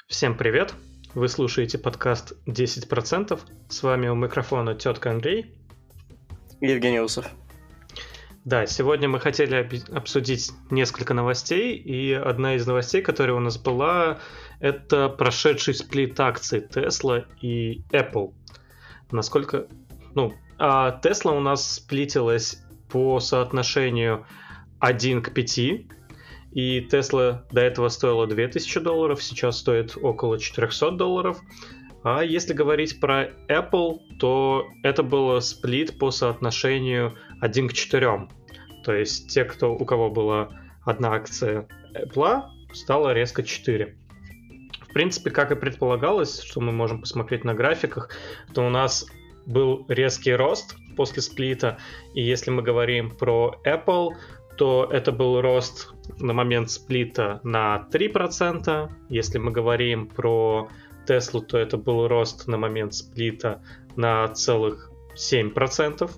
Всем привет! Вы слушаете подкаст 10%. С вами у микрофона тетка Андрей. Евгений Усов. Да, сегодня мы хотели обсудить несколько новостей, и одна из новостей, которая у нас была, это прошедший сплит акций Tesla и Apple. Tesla у нас сплитилась по соотношению 1 к 5, и Tesla до этого стоила $2000, сейчас стоит около $400. А если говорить про Apple, то это было сплит по соотношению 1 к 4. То есть те, у кого была одна акция Apple, стало резко 4. В принципе, как и предполагалось, что мы можем посмотреть на графиках, то у нас был резкий рост после сплита. И если мы говорим про Apple, то это был рост на момент сплита на 3%. Если мы говорим про Теслу, то это был рост на момент сплита на целых 7%.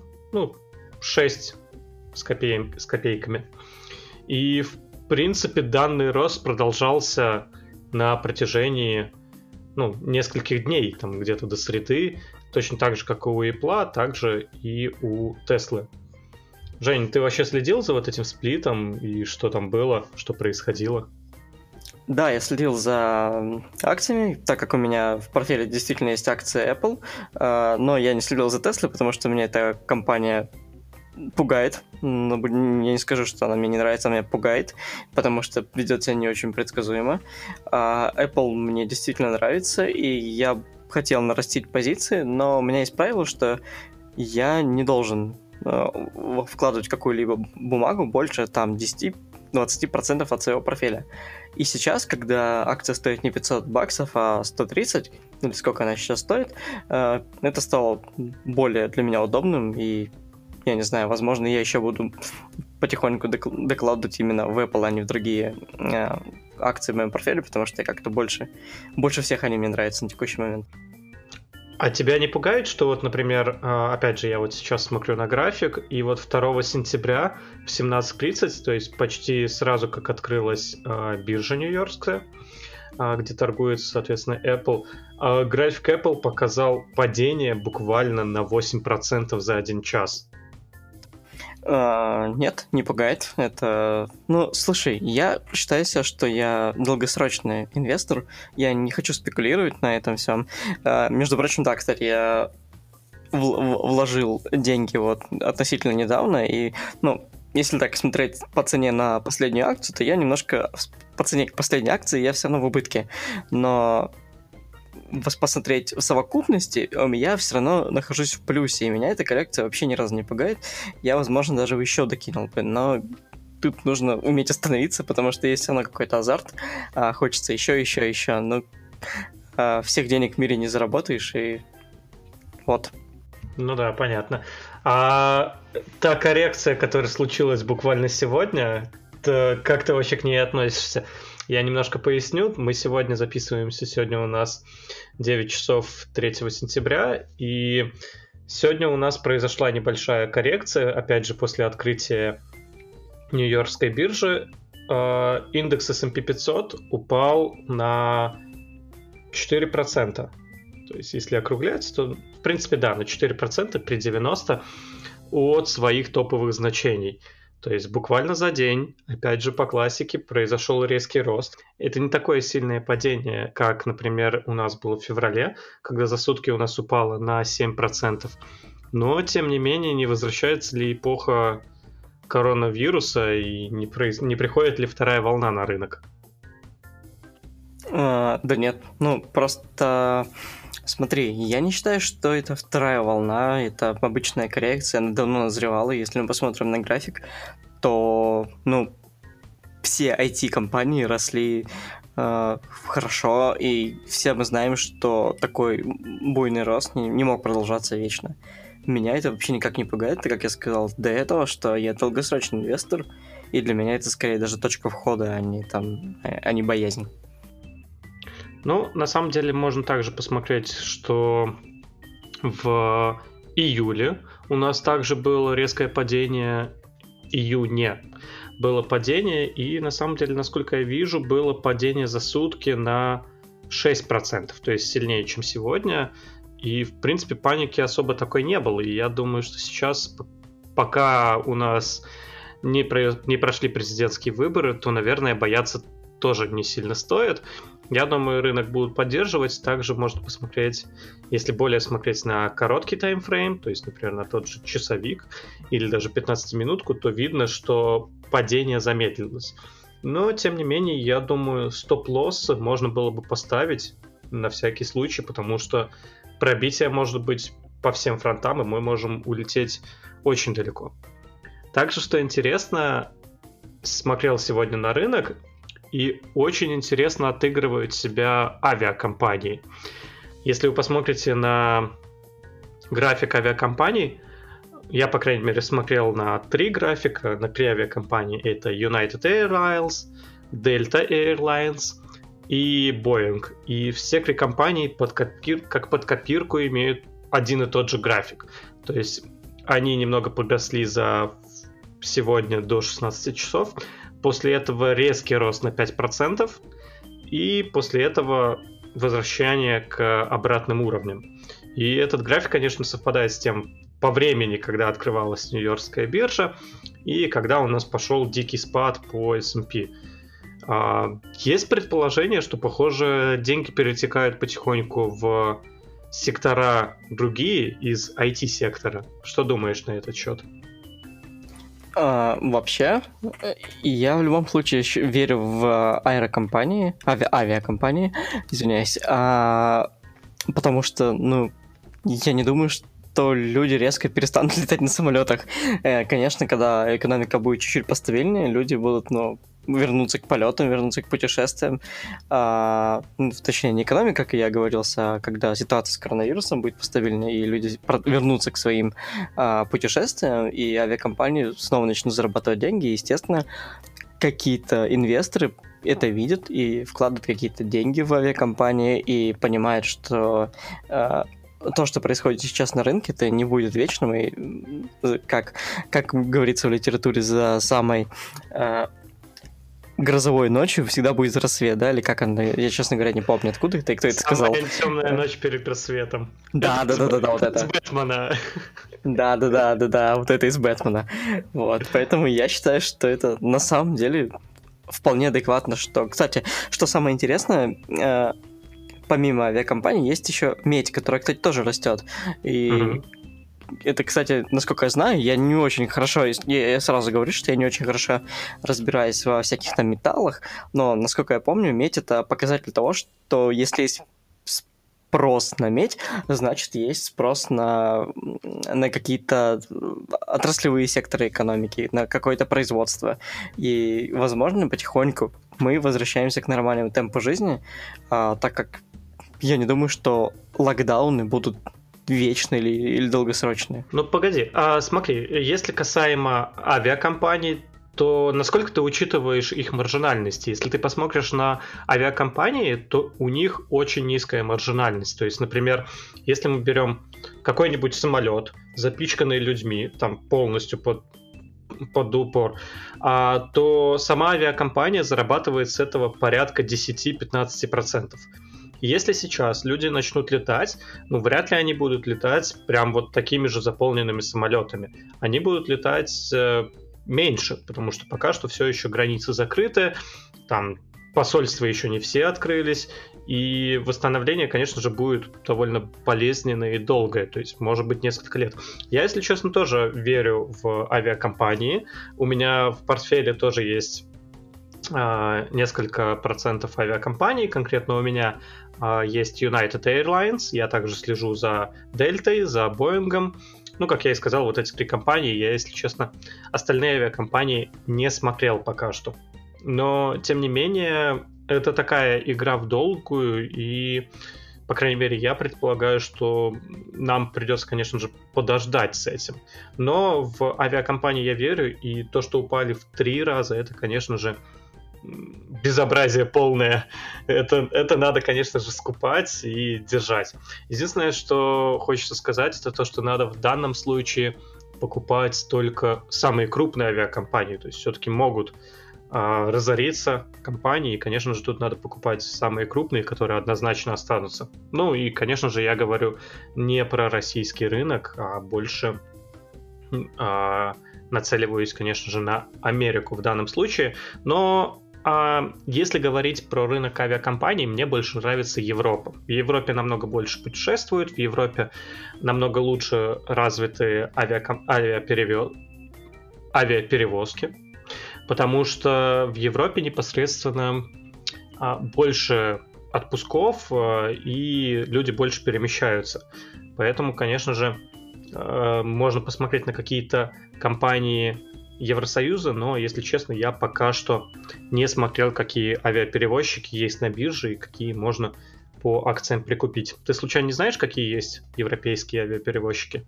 6 с копейками. И, в принципе, данный рост продолжался на протяжении нескольких дней, там где-то до среды, точно так же, как и у Apple, так же и у Теслы. Жень, ты вообще следил за вот этим сплитом и что там было, что происходило? Да, я следил за акциями, так как у меня в портфеле действительно есть акции Apple, но я не следил за Tesla, потому что меня эта компания пугает. Но я не скажу, что она мне не нравится, она меня пугает, потому что ведет себя не очень предсказуемо. Apple мне действительно нравится, и я хотел нарастить позиции, но у меня есть правило, что я не должен вкладывать какую-либо бумагу больше 10-20% от своего портфеля. И сейчас, когда акция стоит не $500, а 130, или сколько она сейчас стоит, это стало более для меня удобным, и я не знаю, возможно, я еще буду потихоньку докладывать именно в Apple, а не в другие акции в моем портфеле, потому что я как-то больше всех они мне нравятся на текущий момент. А тебя не пугает, что вот, например, опять же, я вот сейчас смотрю на график, и вот 2 сентября в 17:30, то есть почти сразу, как открылась биржа нью-йоркская, где торгуется, соответственно, Apple, график Apple показал падение буквально на 8% за 1 час. Нет, не пугает. Это... слушай, я считаю себя, что я долгосрочный инвестор. Я не хочу спекулировать на этом всем. Между прочим, да, кстати, я вложил деньги вот относительно недавно, и, если так смотреть по цене на последнюю акцию, то я немножко... По цене к последней акции я все равно в убытке. Но посмотреть в совокупности, я все равно нахожусь в плюсе, и меня эта коррекция вообще ни разу не пугает. Я, возможно, даже еще докинул бы, но тут нужно уметь остановиться, потому что есть все равно какой-то азарт, хочется еще, но всех денег в мире не заработаешь, и вот. Ну да, понятно. А та коррекция, которая случилась буквально сегодня, как ты вообще к ней относишься? Я немножко поясню. Мы сегодня записываемся. Сегодня у нас 9 часов 3 сентября. И сегодня у нас произошла небольшая коррекция. Опять же, после открытия Нью-Йоркской биржи индекс S&P 500 упал на 4%. То есть, если округлять, то, в принципе, да, на 4% при 90 от своих топовых значений. То есть буквально за день, опять же по классике, произошел резкий рост. Это не такое сильное падение, как, например, у нас было в феврале, когда за сутки у нас упало на 7%. Но, тем не менее, не возвращается ли эпоха коронавируса и не приходит ли вторая волна на рынок? Да нет, просто... Смотри, я не считаю, что это вторая волна, это обычная коррекция, она давно назревала. Если мы посмотрим на график, то, все IT-компании росли хорошо, и все мы знаем, что такой буйный рост не мог продолжаться вечно. Меня это вообще никак не пугает, так как я сказал до этого, что я долгосрочный инвестор, и для меня это скорее даже точка входа, а не боязнь. На самом деле можно также посмотреть, что в июле у нас также было резкое падение, июне было падение, и на самом деле, насколько я вижу, было падение за сутки на 6%, то есть сильнее, чем сегодня. И, в принципе, паники особо такой не было. И я думаю, что сейчас, пока у нас не прошли президентские выборы, то, наверное, бояться тоже не сильно стоит. Я думаю, рынок будут поддерживать. Также можно посмотреть, если более смотреть на короткий таймфрейм, то есть, например, на тот же часовик или даже 15-минутку, то видно, что падение замедлилось. Но, тем не менее, я думаю, стоп-лосс можно было бы поставить на всякий случай, потому что пробитие может быть по всем фронтам, и мы можем улететь очень далеко. Также, что интересно, смотрел сегодня на рынок, и очень интересно отыгрывают себя авиакомпании. Если вы посмотрите на график авиакомпаний, я, по крайней мере, смотрел на 3 графика, на 3 авиакомпании. Это United Airlines, Delta Airlines и Boeing. И все 3 компании как под копирку имеют один и тот же график. То есть они немного подросли за сегодня до 16 часов. После этого резкий рост на 5%. И после этого возвращение к обратным уровням. И этот график, конечно, совпадает с тем по времени, когда открывалась Нью-Йоркская биржа и когда у нас пошел дикий спад по S&P. Есть предположение, что, похоже, деньги перетекают потихоньку в сектора другие из IT-сектора. Что думаешь на этот счет? Вообще, я в любом случае верю в аэрокомпании, авиакомпании, извиняюсь, потому что, я не думаю, что люди резко перестанут летать на самолетах. Конечно, когда экономика будет чуть-чуть постабильнее, люди будут, вернуться к полетам, вернуться к путешествиям. Точнее, не экономика, как я говорил, а когда ситуация с коронавирусом будет постабильнее, и люди вернутся к своим путешествиям, и авиакомпании снова начнут зарабатывать деньги, и, естественно, какие-то инвесторы это видят и вкладывают какие-то деньги в авиакомпании и понимают, что то, что происходит сейчас на рынке, это не будет вечным, и, как говорится в литературе, за самой грозовой ночью всегда будет рассвет, да? Или как она? Я, честно говоря, не помню, откуда это и кто это сказал. Самая темная ночь перед рассветом. Да, вот это. Из Бэтмена. Да, вот это из Бэтмена. Вот, поэтому я считаю, что это на самом деле вполне адекватно, что... Кстати, что самое интересное, помимо авиакомпаний есть еще медь, которая, кстати, тоже растет. И это, кстати, насколько я знаю, я не очень хорошо, я сразу говорю, что я не очень хорошо разбираюсь во всяких там металлах, но, насколько я помню, медь — это показатель того, что если есть спрос на медь, значит, есть спрос на какие-то отраслевые секторы экономики, на какое-то производство. И, возможно, потихоньку мы возвращаемся к нормальному темпу жизни, так как я не думаю, что локдауны будут вечные или долгосрочные. Ну, погоди. Смотри, если касаемо авиакомпаний, то насколько ты учитываешь их маржинальность? Если ты посмотришь на авиакомпании, то у них очень низкая маржинальность. То есть, например, если мы берем какой-нибудь самолет, запичканный людьми, там полностью под упор, то сама авиакомпания зарабатывает с этого порядка 10-15%. Если сейчас люди начнут летать, вряд ли они будут летать прям вот такими же заполненными самолетами. Они будут летать меньше, потому что пока что все еще границы закрыты, там посольства еще не все открылись, и восстановление, конечно же, будет довольно болезненное и долгое, то есть, может быть, несколько лет. Я, если честно, тоже верю в авиакомпании. У меня в портфеле тоже есть несколько процентов авиакомпаний. Конкретно у меня есть United Airlines, я также слежу за Delta, за Boeing. Как я и сказал, вот эти 3 компании, я, если честно, остальные авиакомпании не смотрел пока что. Но, тем не менее, это такая игра в долгую, и, по крайней мере, я предполагаю, что нам придется, конечно же, подождать с этим. Но в авиакомпании я верю, и то, что упали в 3 раза, это, конечно же, безобразие полное. Это надо, конечно же, скупать и держать. Единственное, что хочется сказать, это то, что надо в данном случае покупать только самые крупные авиакомпании. То есть все-таки могут разориться компании, и, конечно же, тут надо покупать самые крупные, которые однозначно останутся. Ну и, конечно же, я говорю не про российский рынок, а больше нацеливаюсь, конечно же, на Америку в данном случае. Но если говорить про рынок авиакомпаний, мне больше нравится Европа. В Европе намного больше путешествуют, в Европе намного лучше развиты авиаперевозки, потому что в Европе непосредственно больше отпусков, и люди больше перемещаются. Поэтому, конечно же, можно посмотреть на какие-то компании Евросоюза, но, если честно, я пока что не смотрел, какие авиаперевозчики есть на бирже и какие можно по акциям прикупить. Ты случайно не знаешь, какие есть европейские авиаперевозчики?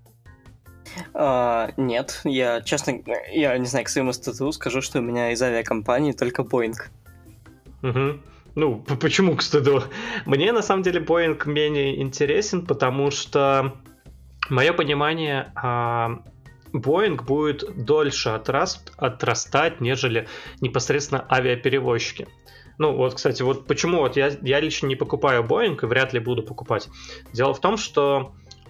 Нет, я, честно, я не знаю, к своему статусу скажу, что у меня из авиакомпании только Boeing. Угу. Ну, почему к стыду? Мне, на самом деле, Boeing менее интересен, потому что, мое понимание, Boeing будет дольше отрастать, нежели непосредственно авиаперевозчики. Ну, вот, кстати, вот почему вот я лично не покупаю Boeing и вряд ли буду покупать. Дело в том, что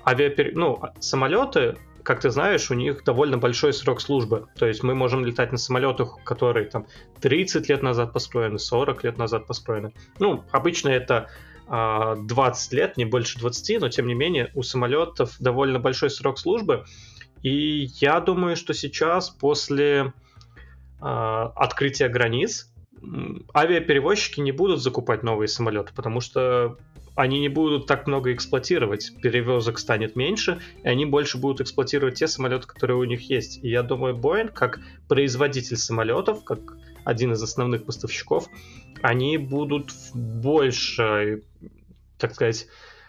самолеты, как ты знаешь, у них довольно большой срок службы. То есть мы можем летать на самолетах, которые там 30 лет назад построены, 40 лет назад построены. Ну, обычно это 20 лет, не больше 20, но тем не менее у самолетов довольно большой срок службы. И я думаю, что сейчас, после открытия границ, авиаперевозчики не будут закупать новые самолеты, потому что они не будут так много эксплуатировать, перевозок станет меньше, и они больше будут эксплуатировать те самолеты, которые у них есть. И я думаю, Boeing, как производитель самолетов, как один из основных поставщиков, они будут больше, так сказать,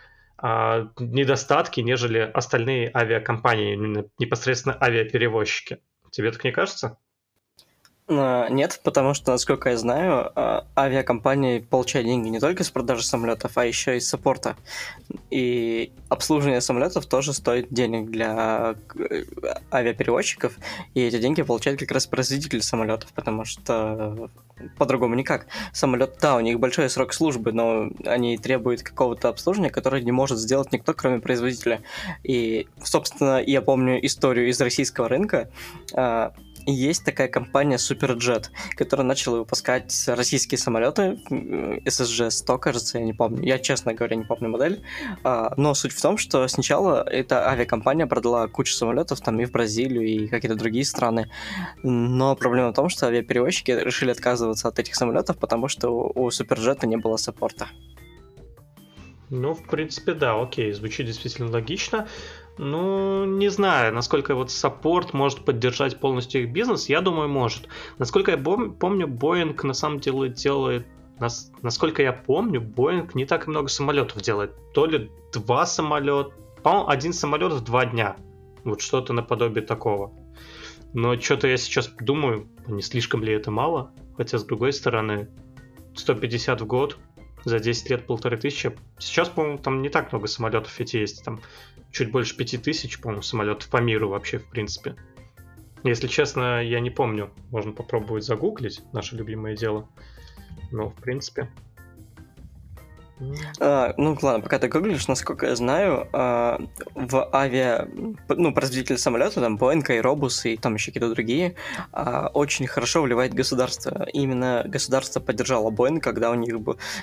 недостатки, нежели остальные авиакомпании, непосредственно авиаперевозчики. Тебе так не кажется? Нет, потому что, насколько я знаю, авиакомпании получают деньги не только с продажи самолетов, а еще и с саппорта. И обслуживание самолетов тоже стоит денег для авиаперевозчиков, и эти деньги получают как раз производители самолетов, потому что по-другому никак. Самолет, да, у них большой срок службы, но они требуют какого-то обслуживания, которое не может сделать никто, кроме производителя. И, собственно, я помню историю из российского рынка. Есть такая компания Суперджет, которая начала выпускать российские самолеты, SSG-100, кажется, я не помню. Я, честно говоря, не помню модель. Но суть в том, что сначала эта авиакомпания продала кучу самолетов там и в Бразилию, и какие-то другие страны. Но проблема в том, что авиаперевозчики решили отказываться от этих самолетов, потому что у Суперджета не было саппорта. Ну, в принципе, да, окей, звучит действительно логично. Ну, не знаю, насколько вот саппорт может поддержать полностью их бизнес. Я думаю, может. Насколько я помню, Boeing на самом деле делает... Насколько я помню, Boeing не так и много самолетов делает. То ли 2 самолета... По-моему, 1 самолет в 2 дня. Вот что-то наподобие такого. Но что-то я сейчас думаю, не слишком ли это мало? Хотя, с другой стороны, 150 в год за 10 лет 1500. Сейчас, по-моему, там не так много самолетов ведь есть. Там чуть больше 5000, по-моему, самолетов по миру вообще, в принципе. Если честно, я не помню. Можно попробовать загуглить, наше любимое дело. Но, в принципе... Ну, ладно, пока ты гуглишь, насколько я знаю, производители самолета, там, Boeing, Airbus и там еще какие-то другие, очень хорошо вливает государство. Именно государство поддержало Boeing, когда у них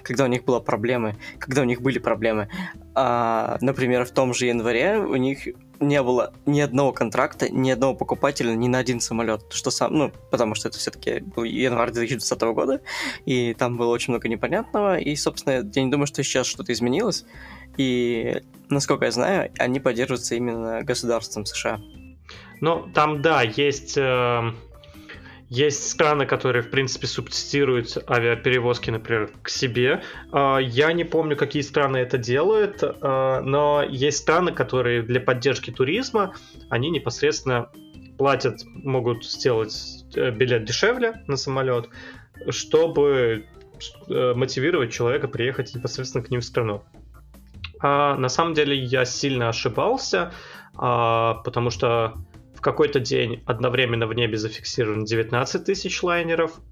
были проблемы. Например, в том же январе у них не было ни одного контракта, ни одного покупателя ни на один самолет, потому что это все-таки был январь 2020 года, и там было очень много непонятного, и, собственно, я не думаю, что сейчас что-то изменилось, и, насколько я знаю, они поддерживаются именно государством США. Ну, там, да, есть страны, которые, в принципе, субсидируют авиаперевозки, например, к себе. Я не помню, какие страны это делают, но есть страны, которые для поддержки туризма, они непосредственно могут сделать билет дешевле на самолет, чтобы мотивировать человека приехать непосредственно к ним в страну. На самом деле я сильно ошибался, потому что в какой-то день одновременно в небе зафиксировано 19 тысяч лайнеров,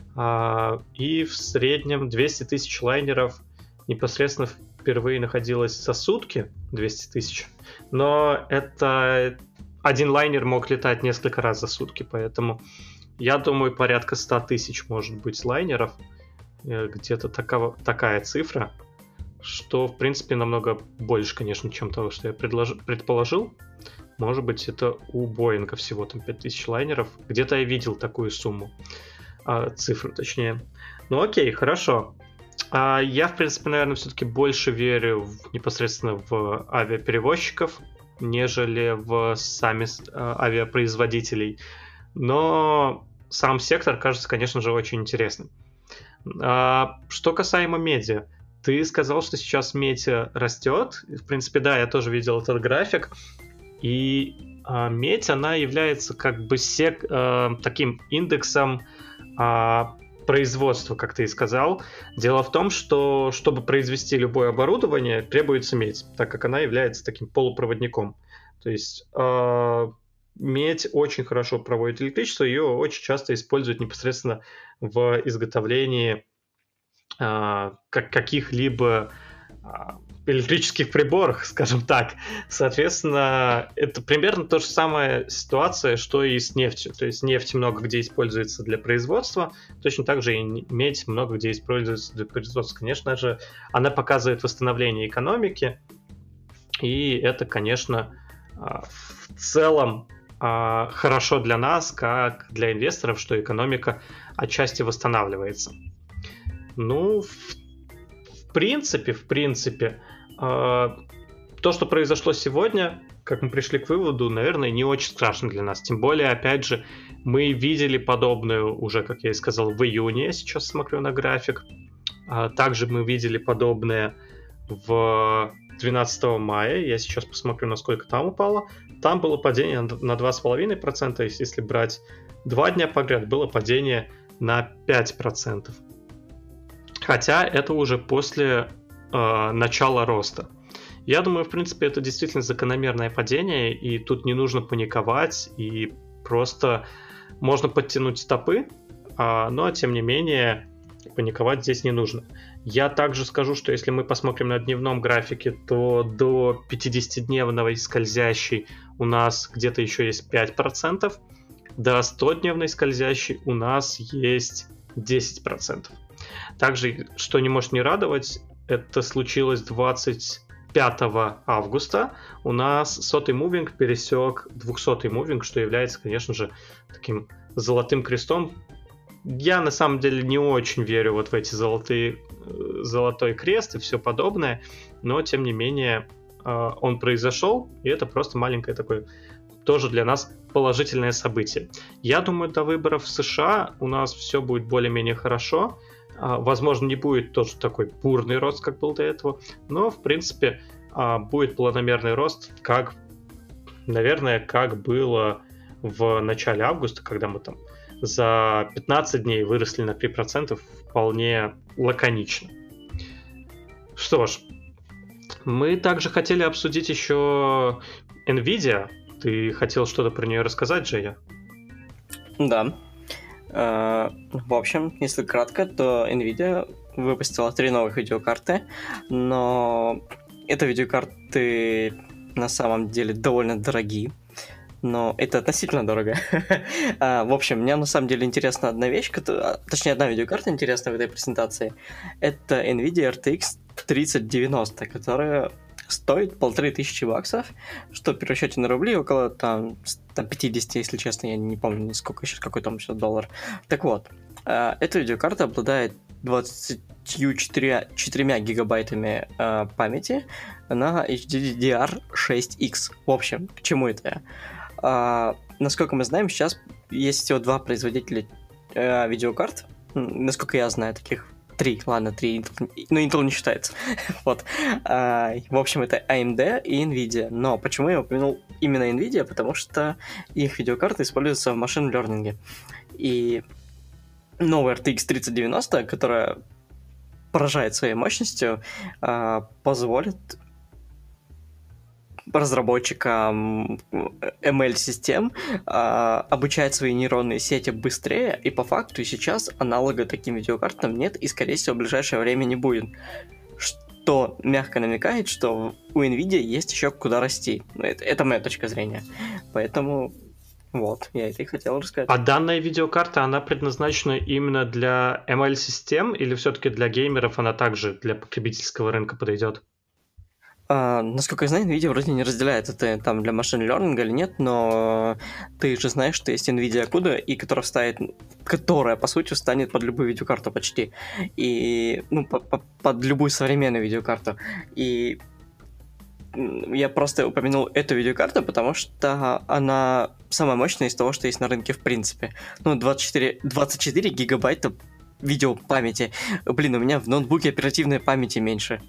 И в среднем 200 тысяч лайнеров непосредственно впервые находилось за сутки, 200 тысяч. Но это один лайнер мог летать несколько раз за сутки, поэтому я думаю, порядка 100 тысяч может быть лайнеров. Где-то такая цифра, что, в принципе, намного больше, конечно, чем того, что я предположил. Может быть, это у Боинга всего там 5000 лайнеров. Где-то я видел такую сумму. Цифру, точнее. Ну окей, хорошо. Я, в принципе, наверное, все-таки больше верю непосредственно в авиаперевозчиков, нежели в сами авиапроизводителей. Но сам сектор кажется, конечно же, очень интересным. Что касаемо медиа, ты сказал, что сейчас медиа растет. В принципе, да, я тоже видел этот график. И медь, она является как бы таким индексом производства, как ты и сказал. Дело в том, что чтобы произвести любое оборудование, требуется медь, так как она является таким полупроводником. То есть медь очень хорошо проводит электричество, ее очень часто используют непосредственно в изготовлении каких-либо электрических приборах, скажем так. Соответственно, это примерно та же самая ситуация, что и с нефтью. То есть нефть много где используется для производства, точно так же и медь много где используется для производства. Конечно же, она показывает восстановление экономики, и это, конечно, в целом хорошо для нас, как для инвесторов, что экономика отчасти восстанавливается. Ну, в принципе, то, что произошло сегодня, как мы пришли к выводу, наверное, не очень страшно для нас. Тем более, опять же, мы видели подобную уже, как я и сказал, в июне. Я сейчас смотрю на график. Также мы видели подобное в 12 мая. Я сейчас посмотрю, насколько там упало. Там было падение на 2,5%. Если брать 2 дня подряд, было падение на 5%. Хотя это уже после начала роста. Я думаю, в принципе, это действительно закономерное падение, и тут не нужно паниковать, и просто можно подтянуть стопы, но, тем не менее, паниковать здесь не нужно. Я также скажу, что если мы посмотрим на дневном графике, то до 50-дневной скользящей у нас где-то еще есть 5%, до 100-дневной скользящей у нас есть 10%. Также, что не может не радовать, это случилось 25 августа. У нас 100-й мувинг пересек 200-й мувинг, что является, конечно же, таким золотым крестом. Я, на самом деле, не очень верю вот в эти золотой крест и все подобное, но, тем не менее, он произошел, и это просто маленькое такое, тоже для нас положительное событие. Я думаю, до выборов в США у нас все будет более-менее хорошо. Возможно, не будет тоже такой бурный рост, как был до этого, но, в принципе, будет планомерный рост, наверное, как было в начале августа, когда мы там за 15 дней выросли на 3%, вполне лаконично. Что ж, мы также хотели обсудить еще NVIDIA. Ты хотел что-то про нее рассказать, Женя? Да. В общем, если кратко, то NVIDIA выпустила 3 новых видеокарты, но это видеокарты на самом деле довольно дорогие, но это относительно дорого. В общем, мне на самом деле интересна одна вещь, точнее, одна видеокарта интересна в этой презентации. Это NVIDIA RTX 3090, которая стоит $1500, что в пересчете на рубли около там 50, если честно, я не помню, сколько сейчас, какой там сейчас доллар. Так вот, эта видеокарта обладает 24 гигабайтами памяти на HDDR6X. В общем, к чему это я? Насколько мы знаем, сейчас есть всего 2 производителя видеокарт. Насколько я знаю, таких 3, но Intel не считается. Вот. В общем, это AMD и NVIDIA. Но почему я упомянул именно NVIDIA? Потому что их видеокарты используются в машин-лернинге. И новая RTX 3090, которая поражает своей мощностью, позволит разработчикам ML-систем обучать свои нейронные сети быстрее, и по факту сейчас аналога таким видеокартам нет, и, скорее всего, в ближайшее время не будет. Что мягко намекает, что у NVIDIA есть еще куда расти. Это моя точка зрения. Поэтому вот, я это и хотел рассказать. А данная видеокарта, она предназначена именно для ML-систем или все-таки для геймеров она также для потребительского рынка подойдет? Насколько я знаю, NVIDIA вроде не разделяет это там для машин learning или нет, но ты же знаешь, что есть NVIDIA CUDA, и которая, по сути, станет под любую видеокарту почти. И, под любую современную видеокарту. И я просто упомянул эту видеокарту, потому что она самая мощная из того, что есть на рынке в принципе. 24 гигабайта видеопамяти. Блин, у меня в ноутбуке оперативной памяти меньше.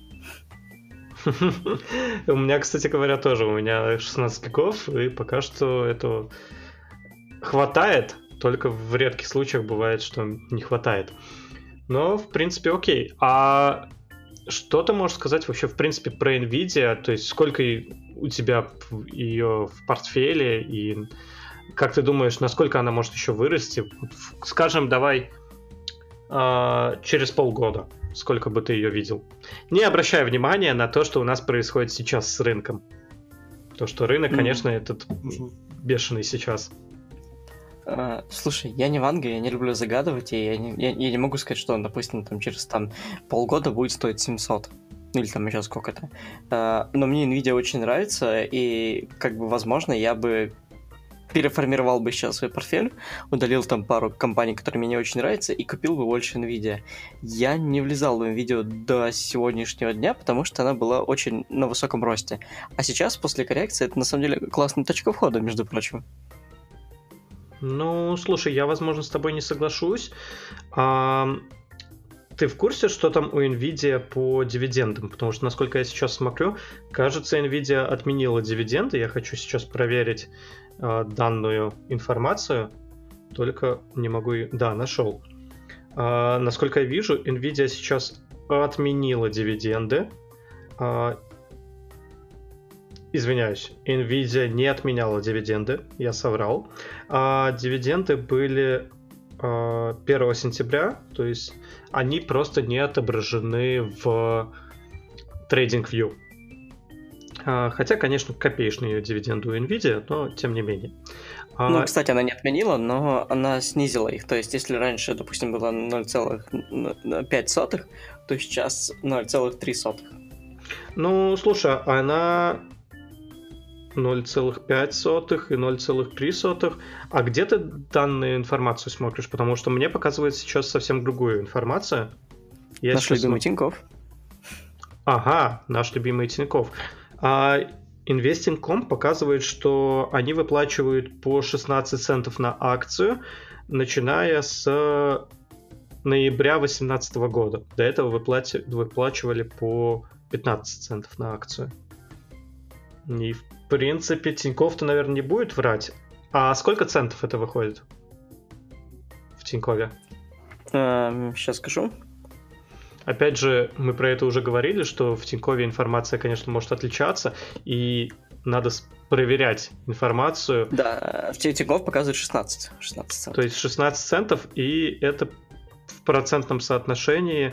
У меня, кстати говоря, тоже. У меня 16 гигов, и пока что этого хватает. Только в редких случаях бывает, что не хватает. Но, в принципе, окей. А что ты можешь сказать вообще, в принципе, про NVIDIA? То есть, сколько у тебя ее в портфеле, и как ты думаешь, насколько она может еще вырасти? Скажем, давай через полгода. Сколько бы ты ее видел? Не обращая внимания на то, что у нас происходит сейчас с рынком. То, что рынок, конечно, этот бешеный сейчас. Слушай, я не Ванга, я не люблю загадывать, и я не могу сказать, что он, допустим, через полгода будет стоить 700. Или там еще сколько-то. Но мне NVIDIA очень нравится, и, возможно, я бы переформировал бы сейчас свой портфель, удалил там пару компаний, которые мне не очень нравятся, и купил бы больше NVIDIA. Я не влезал в NVIDIA до сегодняшнего дня, потому что она была очень на высоком росте. А сейчас, после коррекции, это на самом деле классная точка входа, между прочим. Ну, слушай, я, возможно, с тобой не соглашусь. Ты в курсе, что там у NVIDIA по дивидендам? Потому что, насколько я сейчас смотрю, кажется, NVIDIA отменила дивиденды. Я хочу сейчас проверить данную информацию, только не могу... Да, нашел. Насколько я вижу, NVIDIA сейчас отменила дивиденды. Извиняюсь, NVIDIA не отменяла дивиденды, я соврал. Дивиденды были 1 сентября, то есть они просто не отображены в TradingView. Хотя, конечно, копеечные дивиденды у NVIDIA, но тем не менее. Кстати, она не отменила, но она снизила их. То есть, если раньше, допустим, было 0,5, то сейчас 0,3. Ну, слушай, она 0,5 и 0,3. А где ты данную информацию смотришь? Потому что мне показывает сейчас совсем другую информацию. Наш любимый Тинькофф. Ага, наш любимый Тинькофф. А Investing.com показывает, что они выплачивают по 16 центов на акцию, начиная с ноября 2018 года. До этого выплачивали по 15 центов на акцию. И, в принципе, Тинькофф-то, наверное, не будет врать. А сколько центов это выходит в Тинькове? Сейчас скажу. Опять же, мы про это уже говорили, что в Тинькове информация, конечно, может отличаться, и надо проверять информацию. Да, в Тинькофф показывает 16 центов. То есть 16 центов, и это в процентном соотношении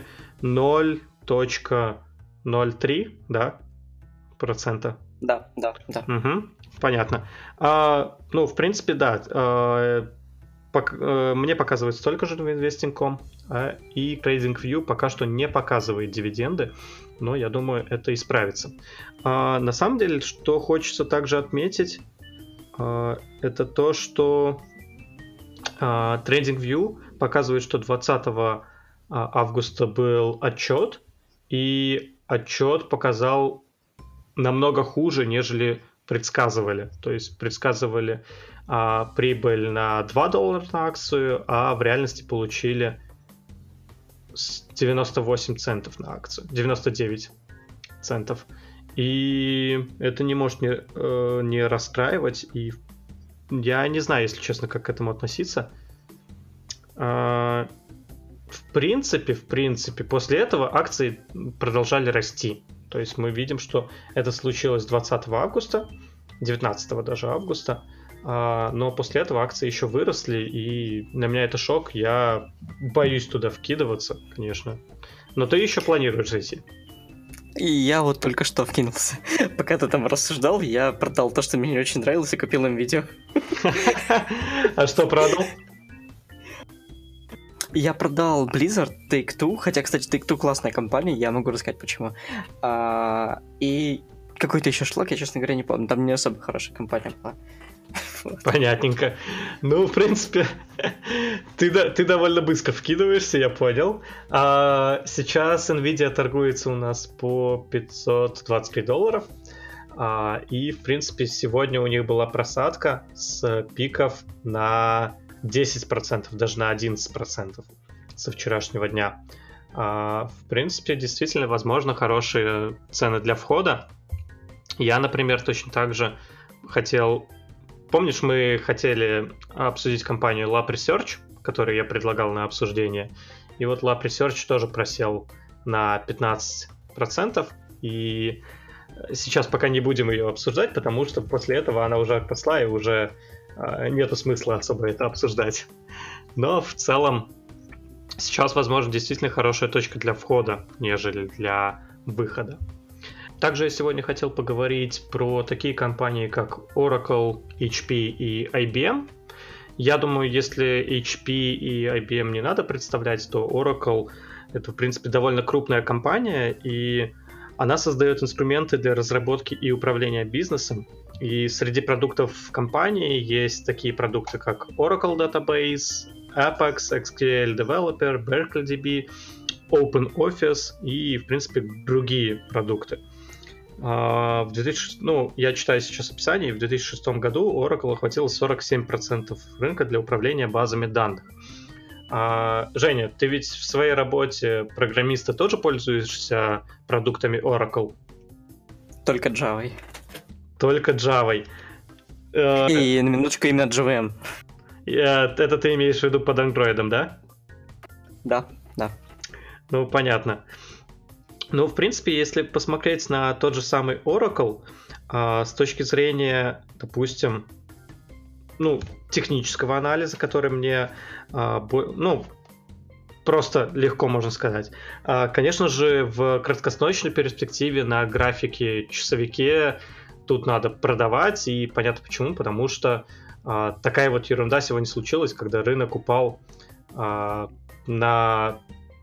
0,03, да, процента? Да. Угу, понятно. В принципе, да. Мне показывает столько же в Investing.com, и TradingView пока что не показывает дивиденды, но я думаю, это исправится. На самом деле, что хочется также отметить, это то, что TradingView показывает, что 20 августа был отчет, и отчет показал намного хуже, нежели предсказывали. То есть предсказывали прибыль на $2 на акцию, а в реальности получили 98 центов на акцию. 99 центов. И это не может не расстраивать. И я не знаю, если честно, как к этому относиться. В принципе, после этого акции продолжали расти. То есть мы видим, что это случилось 20 августа, 19 даже августа, но после этого акции еще выросли, и на меня это шок. Я боюсь туда вкидываться, конечно. Но ты еще планируешь зайти? И я вот только что вкинулся. Пока ты там рассуждал, я продал то, что мне не очень нравилось, и купил им видео. А что продал? Я продал Blizzard, Take-Two, хотя, кстати, Take-Two классная компания, я могу рассказать почему. И какой-то еще шлак, я, честно говоря, не помню, там не особо хорошая компания была. Понятненько. Ну, в принципе, ты довольно быстро вкидываешься, я понял. Сейчас Nvidia торгуется у нас по $523. И, в принципе, сегодня у них была просадка с пиков на 10%, даже на 11% со вчерашнего дня. В принципе, действительно, возможно, хорошие цены для входа. Я, например, точно так же хотел... Помнишь, мы хотели обсудить компанию Lab Research, которую я предлагал на обсуждение. И вот Lab Research тоже просел на 15%. И сейчас пока не будем ее обсуждать, потому что после этого она уже отросла, и уже нету смысла особо это обсуждать. Но в целом сейчас, возможно, действительно хорошая точка для входа, нежели для выхода. Также я сегодня хотел поговорить про такие компании, как Oracle, HP и IBM. Я думаю, если HP и IBM не надо представлять, то Oracle — это, в принципе, довольно крупная компания, и она создает инструменты для разработки и управления бизнесом. И среди продуктов компании есть такие продукты, как Oracle Database, Apex, SQL Developer, BerkeleyDB, OpenOffice и, в принципе, другие продукты. Я читаю сейчас описание, и в 2006 году Oracle охватила 47% рынка для управления базами данных. Женя, ты ведь в своей работе программиста тоже пользуешься продуктами Oracle? Только Java. Только Java. И на минуточку именно JVM. Это ты имеешь в виду под Android, да? Да. Ну, понятно. Ну, в принципе, если посмотреть на тот же самый Oracle, с точки зрения, допустим, технического анализа, который мне, просто легко можно сказать. Конечно же, в краткосрочной перспективе на графике часовике тут надо продавать, и понятно почему, потому что такая вот ерунда сегодня случилась, когда рынок упал на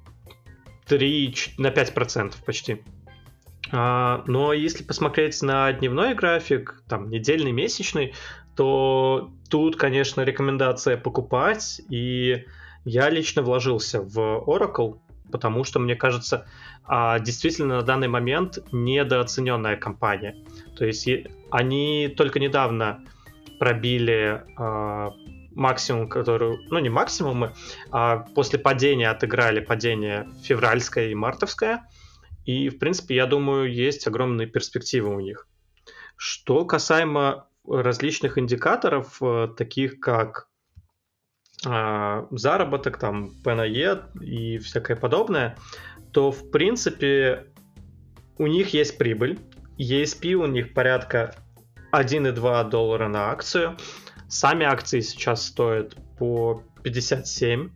5% почти. Но если посмотреть на дневной график, там, недельный, месячный, то тут, конечно, рекомендация покупать, и я лично вложился в Oracle, потому что, мне кажется, действительно на данный момент недооцененная компания. То есть они только недавно пробили максимум, который... не максимумы, а после падения отыграли падение февральское и мартовское. И, в принципе, я думаю, есть огромные перспективы у них. Что касаемо различных индикаторов, таких как заработок, там, ПНЕ и всякое подобное, то, в принципе, у них есть прибыль. ESP у них порядка $1,2 на акцию. Сами акции сейчас стоят по $57.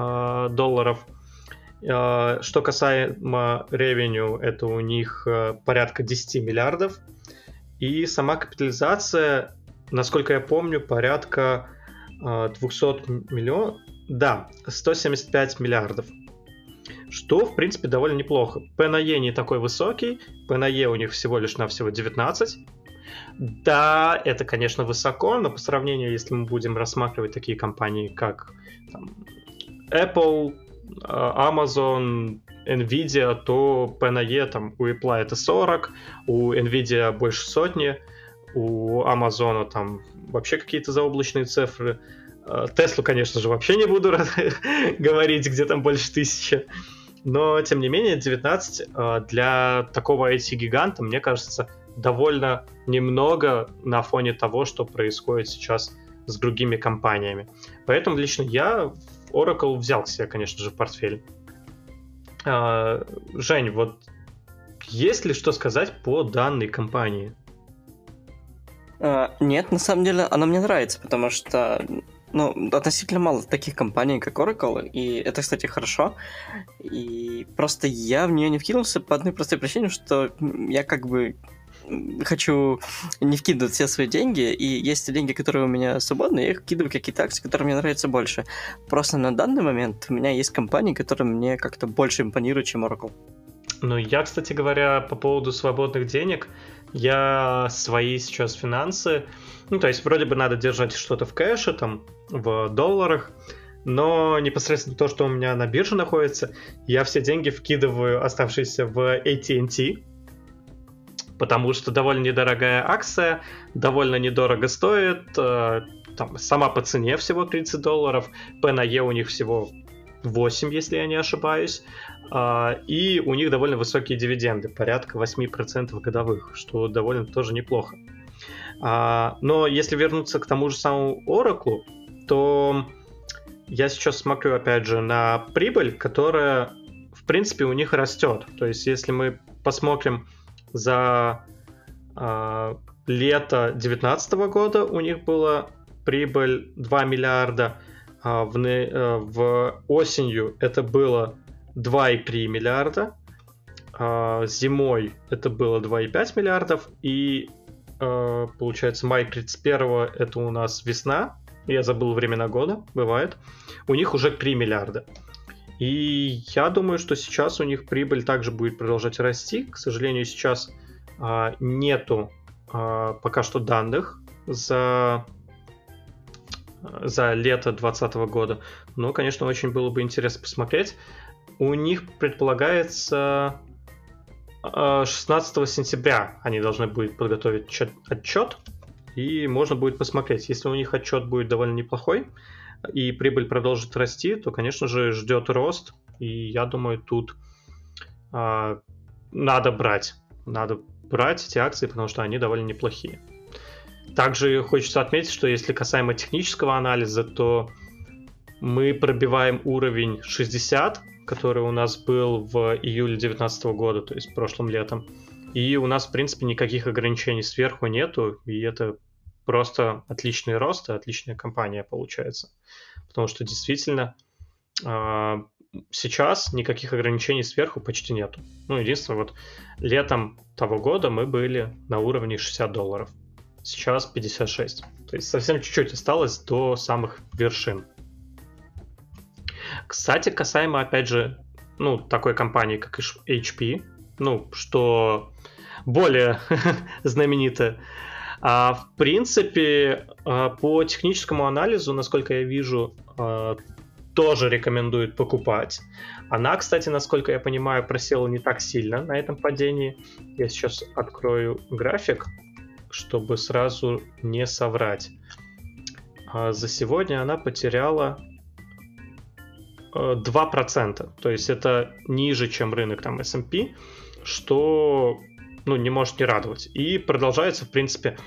Что касаемо revenue, это у них порядка 10 миллиардов. И сама капитализация, насколько я помню, порядка 200 миллионов. Да, 175 миллиардов. Что, в принципе, довольно неплохо. ПНЕ не такой высокий. ПНЕ у них всего лишь навсего 19. Да, это, конечно, высоко, но по сравнению, если мы будем рассматривать такие компании, как там, Apple, Amazon, Nvidia, то PNE там у Apple это 40, у Nvidia больше сотни, у Amazon там вообще какие-то заоблачные цифры. Теслу, конечно же, вообще не буду говорить, где там больше 1000. Но, тем не менее, 19 для такого IT-гиганта, мне кажется, довольно немного на фоне того, что происходит сейчас с другими компаниями. Поэтому лично я Oracle взял к себе, конечно же, в портфель. Жень, вот есть ли что сказать по данной компании? Нет, на самом деле она мне нравится, потому что относительно мало таких компаний, как Oracle, и это, кстати, хорошо. И просто я в нее не вкинулся по одной простой причине, что я как бы хочу не вкидывать все свои деньги, и есть деньги, которые у меня свободные, я их вкидываю в какие-то акции, которые мне нравятся больше. Просто на данный момент у меня есть компании, которые мне как-то больше импонируют, чем Oracle. Ну, я, кстати говоря, по поводу свободных денег, я свои сейчас финансы, то есть вроде бы надо держать что-то в кэше, там, в долларах, но непосредственно то, что у меня на бирже находится, я все деньги вкидываю, оставшиеся в AT&T, потому что довольно недорогая акция, довольно недорого стоит, там, сама по цене всего $30, P на E у них всего 8, если я не ошибаюсь, и у них довольно высокие дивиденды, порядка 8% годовых, что довольно тоже неплохо. Но если вернуться к тому же самому Oracle, то я сейчас смотрю, опять же, на прибыль, которая, в принципе, у них растет. То есть, если мы посмотрим за лето 2019 года, у них была прибыль 2 миллиарда, в осенью это было 2,3 миллиарда, зимой это было 2,5 миллиардов, и получается май 31 это у нас весна, я забыл времена года, бывает, у них уже 3 миллиарда. И я думаю, что сейчас у них прибыль также будет продолжать расти. К сожалению, сейчас нету пока что данных за лето 2020 года. Но, конечно, очень было бы интересно посмотреть. У них предполагается 16 сентября они должны будут подготовить отчет, и можно будет посмотреть. Если у них отчет будет довольно неплохой, и прибыль продолжит расти, то, конечно же, ждет рост, и я думаю, тут надо брать эти акции, потому что они довольно неплохие. Также хочется отметить, что если касаемо технического анализа, то мы пробиваем уровень 60, который у нас был в июле 2019 года, то есть прошлым летом. И у нас, в принципе, никаких ограничений сверху нету, и это просто отличный рост и отличная компания получается. Потому что действительно сейчас никаких ограничений сверху почти нету. Единственное, вот летом того года мы были на уровне $60. Сейчас 56. То есть совсем чуть-чуть осталось до самых вершин. Кстати, касаемо, опять же, такой компании, как HP, что более знаменитая. В принципе, по техническому анализу, насколько я вижу, тоже рекомендуют покупать. Она, кстати, насколько я понимаю, просела не так сильно на этом падении. Я сейчас открою график, чтобы сразу не соврать. За сегодня она потеряла 2%. То есть это ниже, чем рынок там S&P, что не может не радовать. И продолжается, в принципе,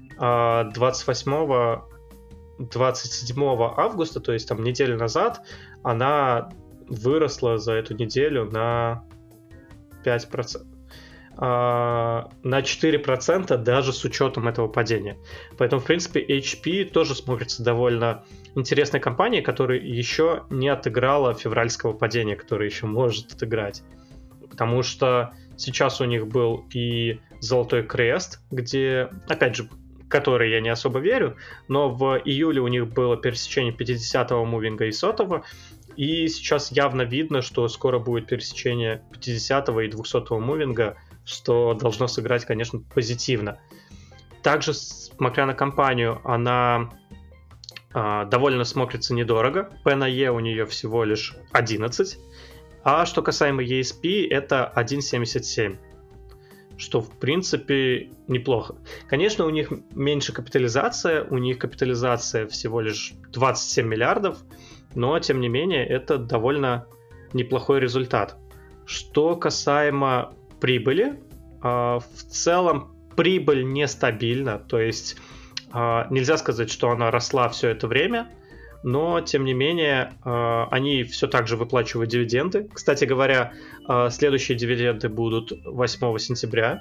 27 августа, то есть там неделю назад, она выросла за эту неделю на 5%. На 4% даже с учетом этого падения. Поэтому, в принципе, HP тоже смотрится довольно интересной компанией, которая еще не отыграла февральского падения, которое еще может отыграть. Потому что сейчас у них был и Золотой Крест, где, опять же, который я не особо верю, но в июле у них было пересечение 50-го мувинга и 100-го, и сейчас явно видно, что скоро будет пересечение 50-го и 200-го мувинга, что должно сыграть, конечно, позитивно. Также, смотря на компанию, она довольно смотрится недорого. P на E у нее всего лишь 11. А что касаемо ESP, это 1.77. Что, в принципе, неплохо. Конечно, у них меньше капитализация. У них капитализация всего лишь 27 миллиардов. Но, тем не менее, это довольно неплохой результат. Что касаемо прибыли, в целом прибыль нестабильна, то есть нельзя сказать, что она росла все это время. но, тем не менее, они все так же выплачивают дивиденды. Кстати говоря, следующие дивиденды будут 8 сентября,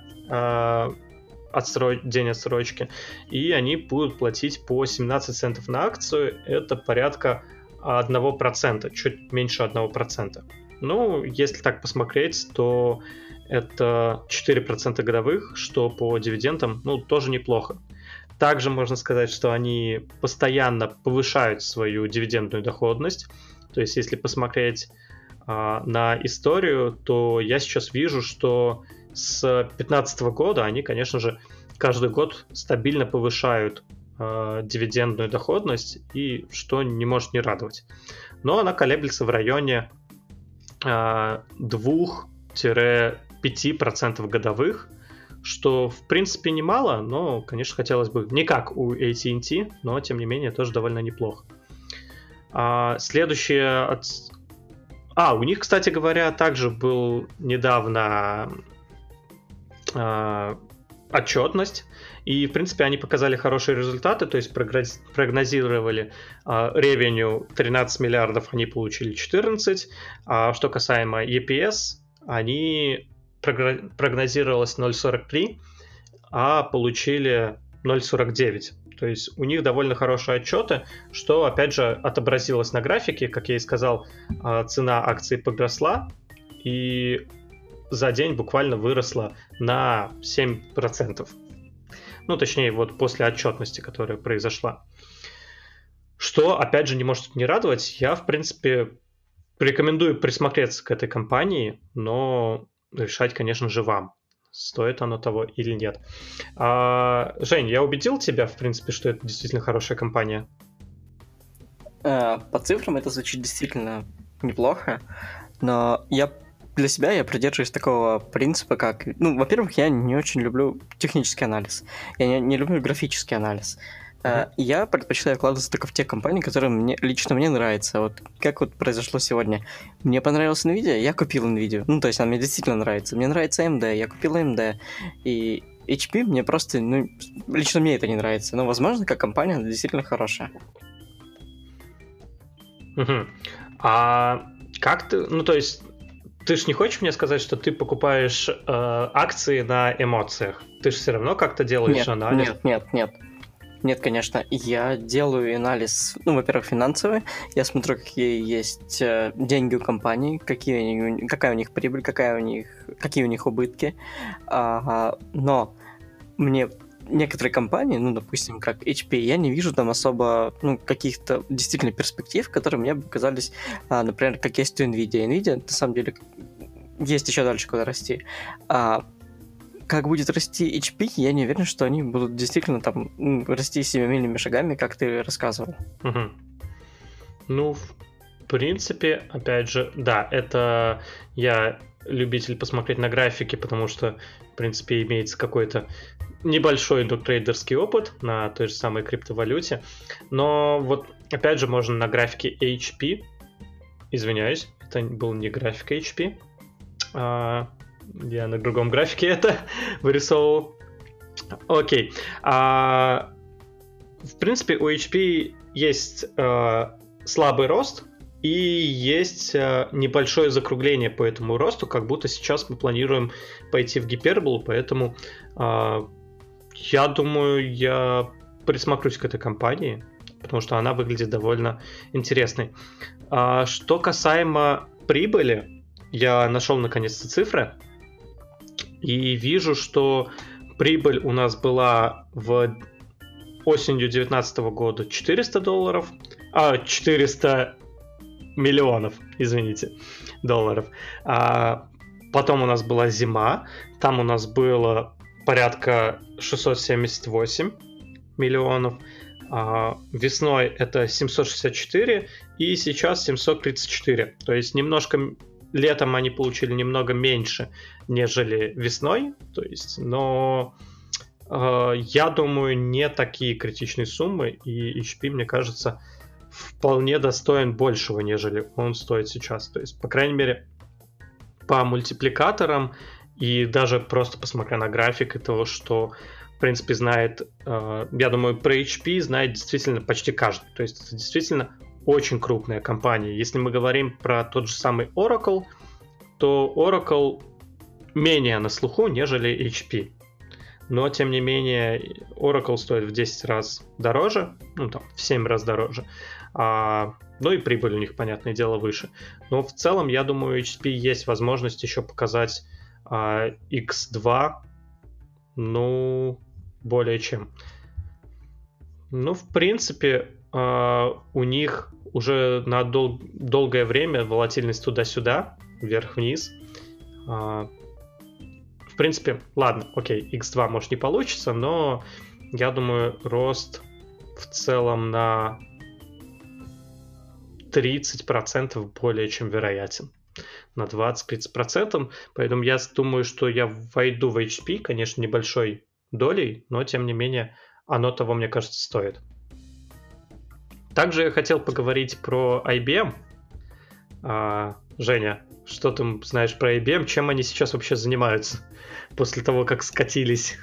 день отсрочки, и они будут платить по 17 центов на акцию, это порядка 1%, чуть меньше 1%. Ну, если так посмотреть, то это 4% годовых, что по дивидендам, ну, тоже неплохо. Также можно сказать, что они постоянно повышают свою дивидендную доходность. То есть, если посмотреть на историю, то я сейчас вижу, что с 2015 года они, конечно же, каждый год стабильно повышают дивидендную доходность, и что не может не радовать. Но она колеблется в районе 2-5% годовых, что в принципе немало, но, конечно, хотелось бы не как у AT&T, но тем не менее тоже довольно неплохо. Следующее у них, кстати говоря, также был недавно отчетность, и, в принципе, они показали хорошие результаты, то есть прогнозировали ревеню 13 миллиардов, они получили 14, а что касаемо EPS, они прогнозировалось 0.43, а получили 0.49. То есть у них довольно хорошие отчеты, что, опять же, отобразилось на графике. Как я и сказал, цена акций подросла, и за день буквально выросла на 7%. Ну, точнее, вот после отчетности, которая произошла. Что, опять же, не может не радовать. Я, в принципе, рекомендую присмотреться к этой компании, но решать, конечно же, вам, стоит оно того или нет. Жень, я убедил тебя, в принципе, что это действительно хорошая компания? По цифрам это звучит действительно неплохо, но для себя я придерживаюсь такого принципа, как... Ну, во-первых, я не очень люблю технический анализ. Я не люблю графический анализ. Я предпочитаю вкладываться только в те компании, которые лично мне нравятся. Вот как вот произошло сегодня. Мне понравилась NVIDIA, я купил NVIDIA. Ну, то есть она мне действительно нравится. Мне нравится AMD, я купил AMD. И HP мне просто... Ну, лично мне это не нравится. Но, возможно, как компания, она действительно хорошая. А как ты... Ну, то есть... Ты же не хочешь мне сказать, что ты покупаешь акции на эмоциях? Ты же все равно как-то делаешь анализ? Нет, конечно. Я делаю анализ, ну, во-первых, финансовый. Я смотрю, какие есть деньги у компании, какая у них прибыль, какие у них убытки. Но мне некоторые компании, ну, допустим, как HP, я не вижу там особо, ну, каких-то действительно перспектив, которые мне бы казались, например, как есть у NVIDIA. NVIDIA, на самом деле, есть еще дальше куда расти. Как будет расти HP, я не уверен, что они будут действительно там расти семимильными шагами, как ты рассказывал. Ну, в принципе, опять же, да, это я любитель посмотреть на графики, потому что, в принципе, имеется какой-то небольшой трейдерский опыт на той же самой криптовалюте. Но вот, опять же, можно на графике HP, извиняюсь, это был не график HP, я на другом графике это вырисовывал. Окей. В принципе, у HP есть слабый рост и есть небольшое закругление по этому росту, как будто сейчас мы планируем пойти в гиперболу, поэтому я думаю, я присмотрюсь к этой компании, потому что она выглядит довольно интересной. Что касаемо прибыли, я нашел наконец-то цифры и вижу, что прибыль у нас была осенью 2019 года $400, 400 миллионов, извините, долларов. Потом у нас была зима, там у нас было порядка 678 миллионов. Весной это 764 и сейчас 734. То есть немножко летом они получили немного меньше, нежели весной. То есть, но я думаю, не такие критичные суммы, и HP, мне кажется, вполне достоин большего, нежели он стоит сейчас. То есть, по крайней мере, по мультипликаторам и даже просто посмотря на график и того, что, в принципе, знает, я думаю, про HP знает действительно почти каждый. То есть это действительно очень крупная компания. Если мы говорим про тот же самый Oracle, то Oracle менее на слуху, нежели HP. Но, тем не менее, Oracle стоит в 10 раз дороже, ну, там, в 7 раз дороже. Ну и прибыль у них, понятное дело, выше. Но в целом, я думаю, HP есть возможность еще показать X2, ну, более чем. Ну, в принципе, у них уже на долгое время волатильность туда-сюда, вверх-вниз. В принципе, ладно, окей, X2 может не получится, но я думаю, рост в целом на 30% более чем вероятен. На 20-30%. Поэтому я думаю, что я войду в HP, конечно, небольшой долей, но тем не менее оно того, мне кажется, стоит. Также я хотел поговорить про IBM. Женя, что ты знаешь про IBM? Чем они сейчас вообще занимаются после того, как скатились?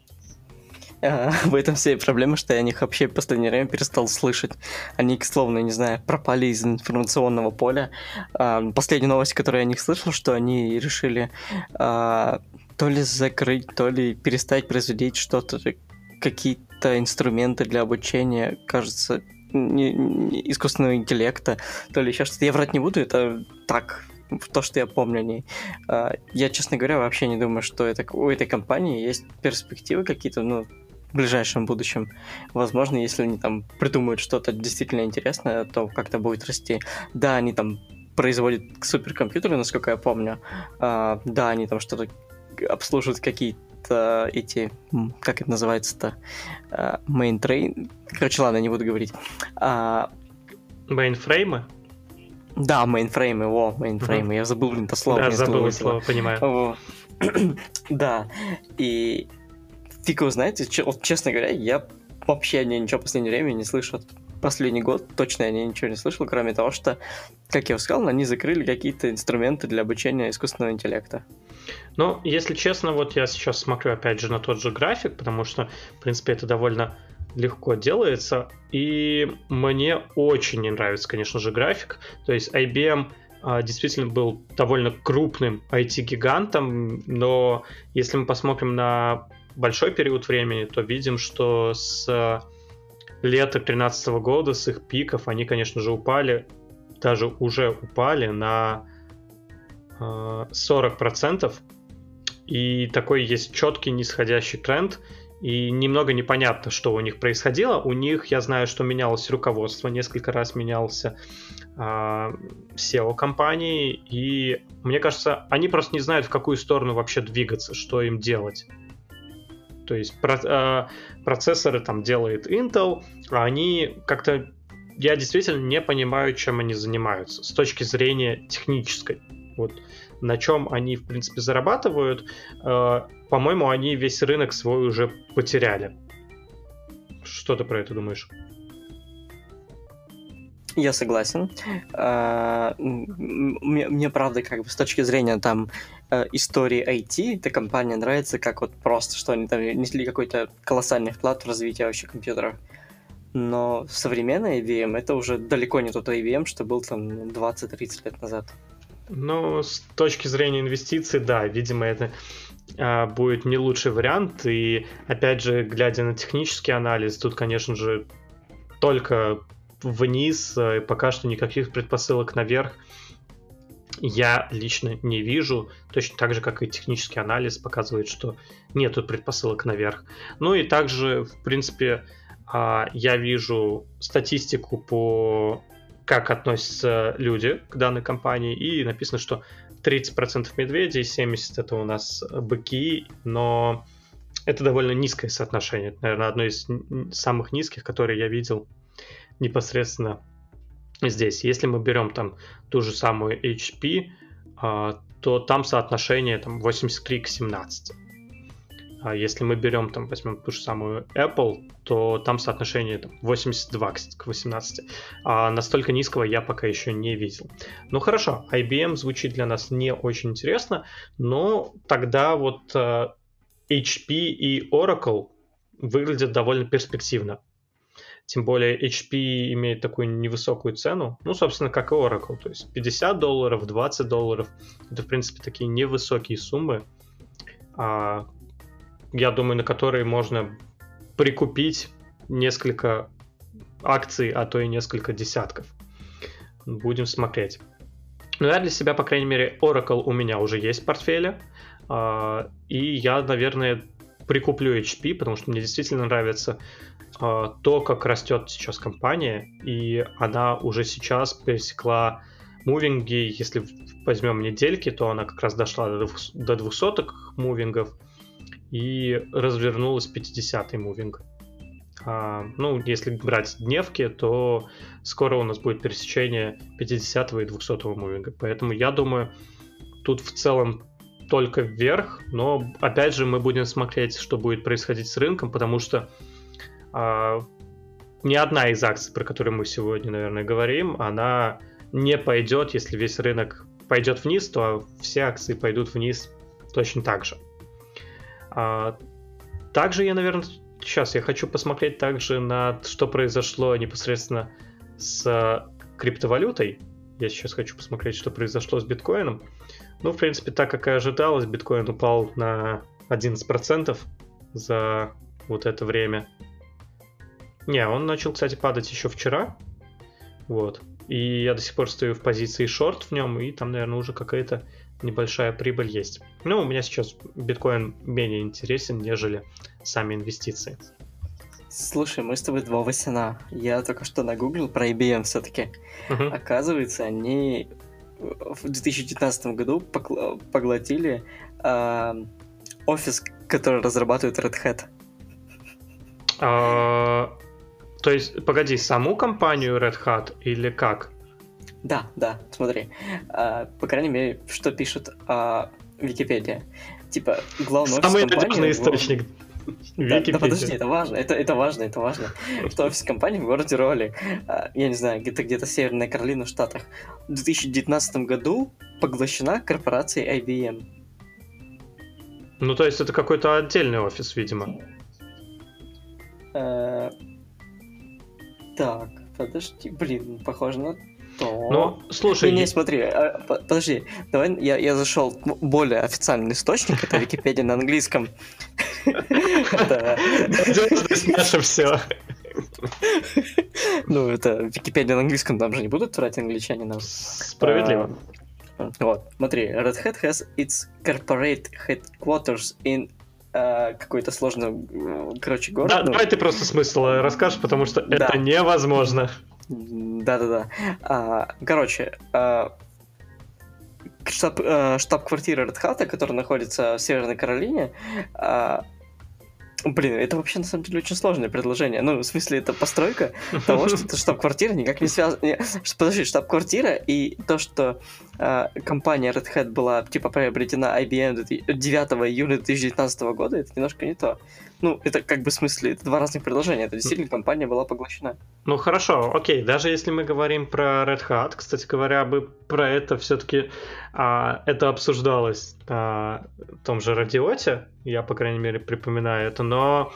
В этом вся проблема, что я о них вообще в последнее время перестал слышать. Они, словно, не знаю, пропали из информационного поля. Последняя новость, которую я о них слышал, что они решили то ли закрыть, то ли перестать производить что-то, какие-то инструменты для обучения, кажется, искусственного интеллекта, то ли еще что-то. Я врать не буду, это так, то, что я помню о ней. Я, честно говоря, вообще не думаю, что у этой компании есть перспективы какие-то, в ближайшем будущем. Возможно, если они там придумают что-то действительно интересное, то как-то будет расти. Да, они там производят суперкомпьютеры, насколько я помню. Да, они там что-то обслуживают, какие-то эти, как это называется-то, мейнтрейн. Короче, ладно, не буду говорить. Мейнфреймы? Да, мейнфреймы. Я забыл это слово. Да, забыл слово, понимаю. Да, и фиг его знаете, честно говоря, я вообще ничего в последнее время не слышу. Последний год точно я ничего не слышал, кроме того, что, как я уже сказал, они закрыли какие-то инструменты для обучения искусственного интеллекта. Ну, если честно, вот я сейчас смотрю опять же на тот же график, потому что, в принципе, это довольно легко делается, и мне очень не нравится, конечно же, график. То есть IBM действительно был довольно крупным IT-гигантом, но если мы посмотрим на большой период времени, то видим, что с лета 2013 года, с их пиков, они, конечно же, даже уже упали на 40%, и такой есть четкий нисходящий тренд, и немного непонятно, что у них происходило. У них, я знаю, что менялось руководство, несколько раз менялся SEO компании, и мне кажется, они просто не знают, в какую сторону вообще двигаться, что им делать. То есть процессоры там делает Intel, а они как-то... Я действительно не понимаю, чем они занимаются с точки зрения технической. Вот на чем они, в принципе, зарабатывают. По-моему, они весь рынок свой уже потеряли. Что ты про это думаешь? Я согласен. Мне, правда, как бы с точки зрения там истории IT, эта компания нравится как вот просто, что они там несли какой-то колоссальный вклад в развитие вообще компьютеров. Но современный IBM это уже далеко не тот IBM, что был там 20-30 лет назад. Ну, с точки зрения инвестиций, да, видимо, это будет не лучший вариант. И опять же, глядя на технический анализ, тут, конечно же, только вниз, пока что никаких предпосылок наверх я лично не вижу, точно так же, как и технический анализ показывает, что нету предпосылок наверх. Ну и также, в принципе, я вижу статистику по как относятся люди к данной компании, и написано, что 30% медведей, 70% это у нас быки, но это довольно низкое соотношение. Это, наверное, одно из самых низких, которые я видел непосредственно здесь. Если мы берем там ту же самую HP, то там соотношение там 83 к 17. А если мы берем, там, возьмем ту же самую Apple, то там соотношение там, 82 к 18. А настолько низкого я пока еще не видел. Ну хорошо, IBM звучит для нас не очень интересно, но тогда вот HP и Oracle выглядят довольно перспективно. Тем более HP имеет такую невысокую цену. Ну, собственно, как и Oracle. То есть $50, $20. Это, в принципе, такие невысокие суммы. Я думаю, на которые можно прикупить несколько акций, а то и несколько десятков. Будем смотреть. Но я для себя, по крайней мере, Oracle у меня уже есть в портфеле. И я, наверное, прикуплю HP, потому что мне действительно нравится то, как растет сейчас компания. И она уже сейчас пересекла мувинги. Если возьмем недельки, то она как раз дошла до 200 мувингов и развернулась 50-й мувинг. Ну, если брать дневки, то скоро у нас будет пересечение 50-го и 200-го мувинга. Поэтому я думаю, тут в целом только вверх, но опять же мы будем смотреть, что будет происходить с рынком, потому что ни одна из акций, про которые мы сегодня, наверное, говорим, она не пойдет, если весь рынок пойдет вниз, то все акции пойдут вниз точно так же. Также я, наверное, сейчас я хочу посмотреть также на что произошло непосредственно с криптовалютой. Я сейчас хочу посмотреть, что произошло с биткоином. Ну, в принципе, так как и ожидалось, биткоин упал на 11% за вот это время. Не, он начал, кстати, падать еще вчера. Вот. И я до сих пор стою в позиции шорт в нем, и там, наверное, уже какая-то небольшая прибыль есть. Ну, у меня сейчас биткоин менее интересен, нежели сами инвестиции. Слушай, мы с тобой два Васина. Я только что нагуглил про IBM все-таки. Оказывается, они в 2019 году поглотили офис, который разрабатывает Red Hat. То есть, погоди, саму компанию Red Hat или как? Да, смотри. По крайней мере, что пишет Википедия. Типа, главный офис компании... Самый надежный источник. Да, подожди, это важно. Что офис компании в городе Роли, я не знаю, где-то Северная Каролина в Штатах, в 2019 году поглощена корпорацией IBM. Ну, то есть это какой-то отдельный офис, видимо. Так, подожди, блин, похоже на то. Ну, слушай... Не, смотри, подожди, давай я зашел в более официальный источник, это Википедия на английском. Здесь наше все. Ну, это Википедия на английском, там же не будут врать англичане нам. Справедливо. Вот, смотри, Red Hat has its corporate headquarters in какой-то сложный, короче, город. Да, давай ты просто смысл расскажешь, потому что это невозможно. Да. Короче, штаб-квартира Red Hat, которая находится в Северной Каролине, блин, это вообще на самом деле очень сложное предложение. Ну, в смысле, это постройка того, что это штаб-квартира никак не связана. Подожди, штаб-квартира и то, что компания Red Hat была типа приобретена IBM 9 июля 2019 года, это немножко не то. Ну, это как бы в смысле, это два разных предложения. Это действительно компания была поглощена. Ну хорошо, окей, даже если мы говорим про Red Hat, кстати говоря, про это все-таки это обсуждалось в том же Радиоте, я, по крайней мере, припоминаю это, но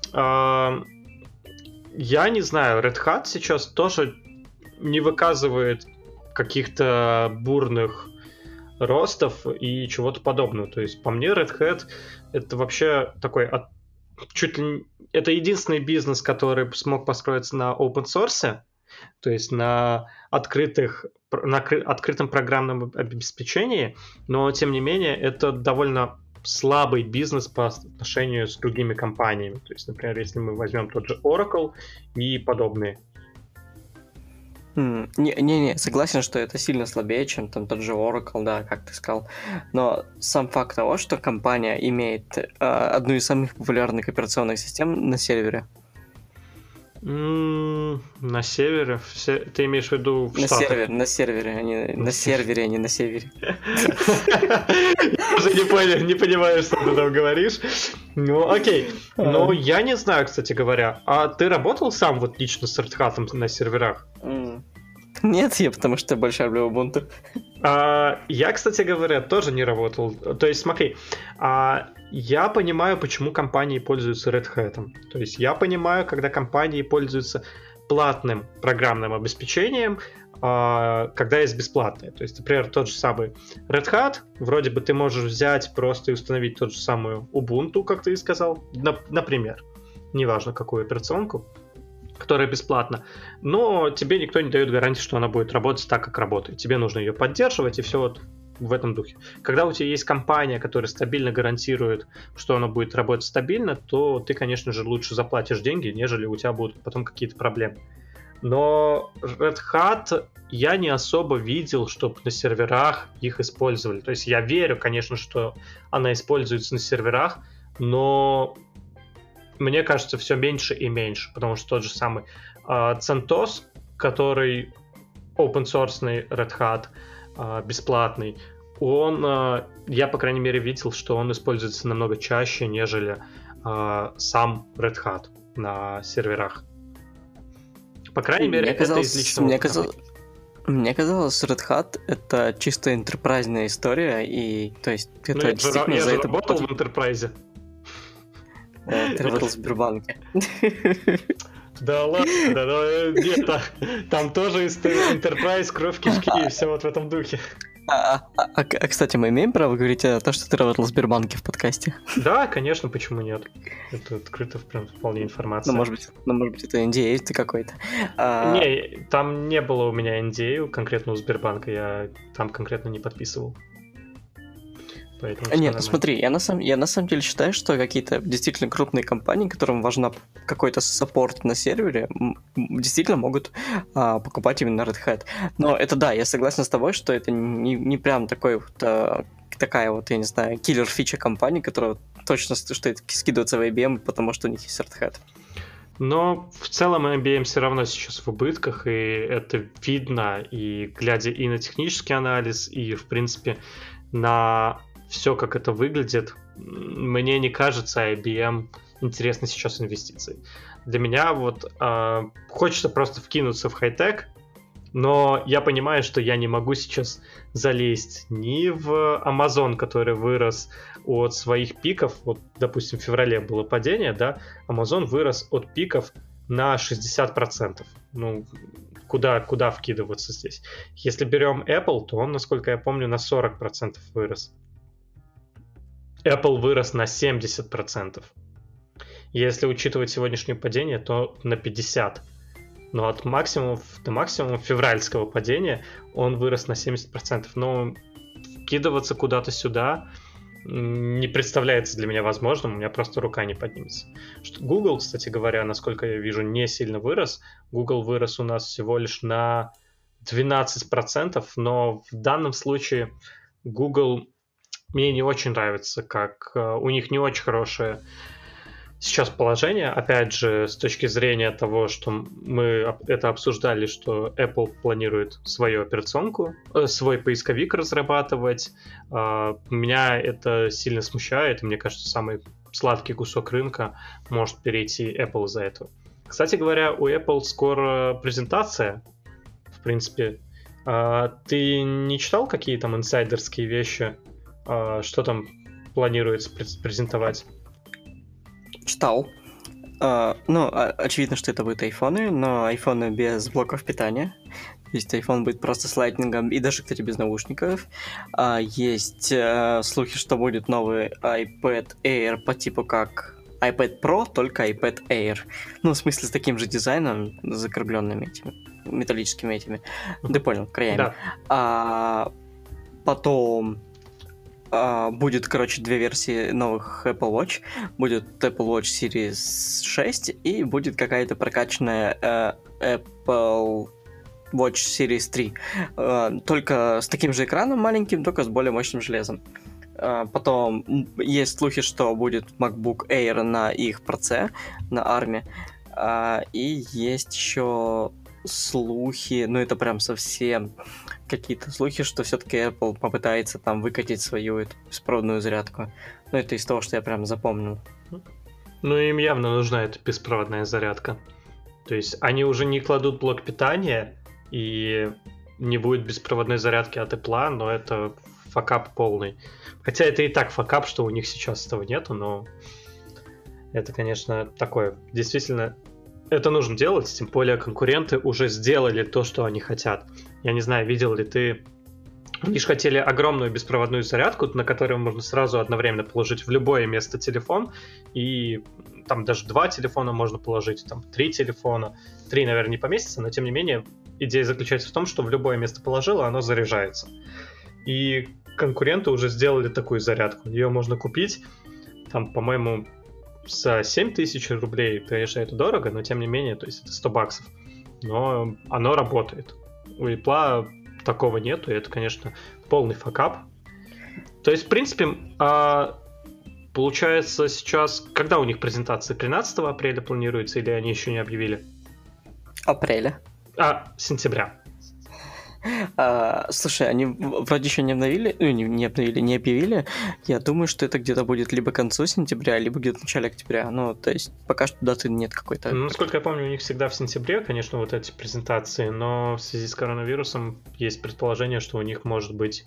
я не знаю, Red Hat сейчас тоже не выказывает каких-то бурных ростов и чего-то подобного. То есть, по мне, Red Hat это вообще такой чуть ли это единственный бизнес, который смог построиться на open source, то есть на открытом программном обеспечении, но тем не менее это довольно слабый бизнес по отношению с другими компаниями. То есть, например, если мы возьмем тот же Oracle и подобные. Не, согласен, что это сильно слабее, чем там тот же Oracle, да, как ты сказал. Но сам факт того, что компания имеет одну из самых популярных операционных систем на сервере. На севере? Ты имеешь в виду в Штатах? На сервере, а не на севере. Я уже не понимаю, что ты там говоришь. Ну, окей. Ну, я не знаю, кстати говоря. А ты работал сам вот лично с Red Hat на серверах? Нет, потому что я больше люблю Ubuntu. Я, кстати говоря, тоже не работал. То есть, смотри, Я понимаю, почему компании пользуются Red Hat. То есть я понимаю, когда компании пользуются платным программным обеспечением, когда есть бесплатное. То есть, например, тот же самый Red Hat, вроде бы ты можешь взять просто и установить тот же самую Ubuntu, как ты и сказал, например, неважно какую операционку, которая бесплатна, но тебе никто не дает гарантии, что она будет работать так, как работает. Тебе нужно ее поддерживать, и все вот в этом духе. Когда у тебя есть компания, которая стабильно гарантирует, что она будет работать стабильно, то ты, конечно же, лучше заплатишь деньги, нежели у тебя будут потом какие-то проблемы. Но Red Hat я не особо видел, чтобы на серверах их использовали. То есть я верю, конечно, что она используется на серверах, но мне кажется, все меньше и меньше, потому что тот же самый CentOS, который open-source Red Hat, бесплатный, он, я, по крайней мере, видел, что он используется намного чаще, нежели сам Red Hat на серверах. По крайней мере, это из личного опыта. Мне казалось, Red Hat — это чисто энтерпрайзная история, и, то есть, это действительно я же работал в энтерпрайзе. Ты работал в Сбербанке. Да ладно, где-то. Там тоже Enterprise, кровь, кишки и все вот в этом духе. Кстати, мы имеем право говорить о том, что ты работал в Сбербанке в подкасте? Да, конечно, почему нет? Это открыто прям вполне информация. Ну, может быть, это NDA ты какой-то. Не, там не было у меня NDA конкретно у Сбербанка, я там конкретно не подписывал. Нет, ну смотри, я на самом деле считаю, что какие-то действительно крупные компании, которым важна какой-то саппорт на сервере, действительно могут покупать именно Red Hat. Но это да, я согласен с тобой, что это не прям такая вот, я не знаю, киллер-фича компании, которая точно скидывается в IBM, потому что у них есть Red Hat. Но в целом IBM все равно сейчас в убытках, и это видно, и глядя и на технический анализ, и, в принципе, на все, как это выглядит, мне не кажется IBM интересны сейчас инвестиции. Для меня вот хочется просто вкинуться в хай-тек, но я понимаю, что я не могу сейчас залезть ни в Amazon, который вырос от своих пиков, вот, допустим, в феврале было падение, да, Amazon вырос от пиков на 60%. Ну, куда вкидываться здесь? Если берем Apple, то он, насколько я помню, на 40% вырос. Apple вырос на 70%. Если учитывать сегодняшнее падение, то на 50%. Но от максимума до максимума февральского падения он вырос на 70%. Но вкидываться куда-то сюда не представляется для меня возможным, у меня просто рука не поднимется. Google, кстати говоря, насколько я вижу, не сильно вырос. Google вырос у нас всего лишь на 12%, но в данном случае Google мне не очень нравится, как у них не очень хорошее сейчас положение. Опять же, с точки зрения того, что мы это обсуждали, что Apple планирует свою операционку, свой поисковик разрабатывать. Меня это сильно смущает, и мне кажется, самый сладкий кусок рынка может перейти Apple из-за этого. Кстати говоря, у Apple скоро презентация, в принципе. Ты не читал какие там инсайдерские вещи? Что там планируется презентовать? Читал. Очевидно, что это будут айфоны, но айфоны без блоков питания. То есть iPhone будет просто с лайтнингом и даже, кстати, без наушников. Есть слухи, что будет новый iPad Air по типу как iPad Pro, только iPad Air. Ну, в смысле, с таким же дизайном, с закругленными этими, металлическими этими. Ты понял, краями. Да. Потом будет, короче, две версии новых Apple Watch. Будет Apple Watch Series 6 и будет какая-то прокачанная Apple Watch Series 3. Только с таким же экраном маленьким, только с более мощным железом. Потом есть слухи, что будет MacBook Air на их проце, на ARM. И есть еще слухи, ну это прям совсем какие-то слухи, что все-таки Apple попытается там выкатить свою эту беспроводную зарядку. Ну это из того, что я прям запомнил. Ну им явно нужна эта беспроводная зарядка. То есть они уже не кладут блок питания и не будет беспроводной зарядки от Apple, но это факап полный. Хотя это и так факап, что у них сейчас этого нету, но это, конечно, такое. Действительно, это нужно делать, тем более конкуренты уже сделали то, что они хотят. Я не знаю, видел ли ты... Они же хотели огромную беспроводную зарядку, на которую можно сразу одновременно положить в любое место телефон, и там даже 2 телефона можно положить, там 3 телефона. 3, наверное, не поместится, но тем не менее идея заключается в том, что в любое место положила, оно заряжается. И конкуренты уже сделали такую зарядку. Ее можно купить, там, по-моему, за 7 тысяч рублей. Конечно, это дорого, но тем не менее, то есть это 100 баксов. Но оно работает. У Apple такого нету, и это, конечно, полный факап. То есть, в принципе, получается сейчас... Когда у них презентация? 13 апреля планируется, или они еще не объявили? Апреля. Сентября. Слушай, они вроде еще не обновили, не объявили. Я думаю, что это где-то будет либо к концу сентября, либо где-то в начале октября. Ну, то есть пока что даты нет какой-то. Насколько я помню, у них всегда в сентябре, конечно, вот эти презентации, но в связи с коронавирусом есть предположение, что у них может быть,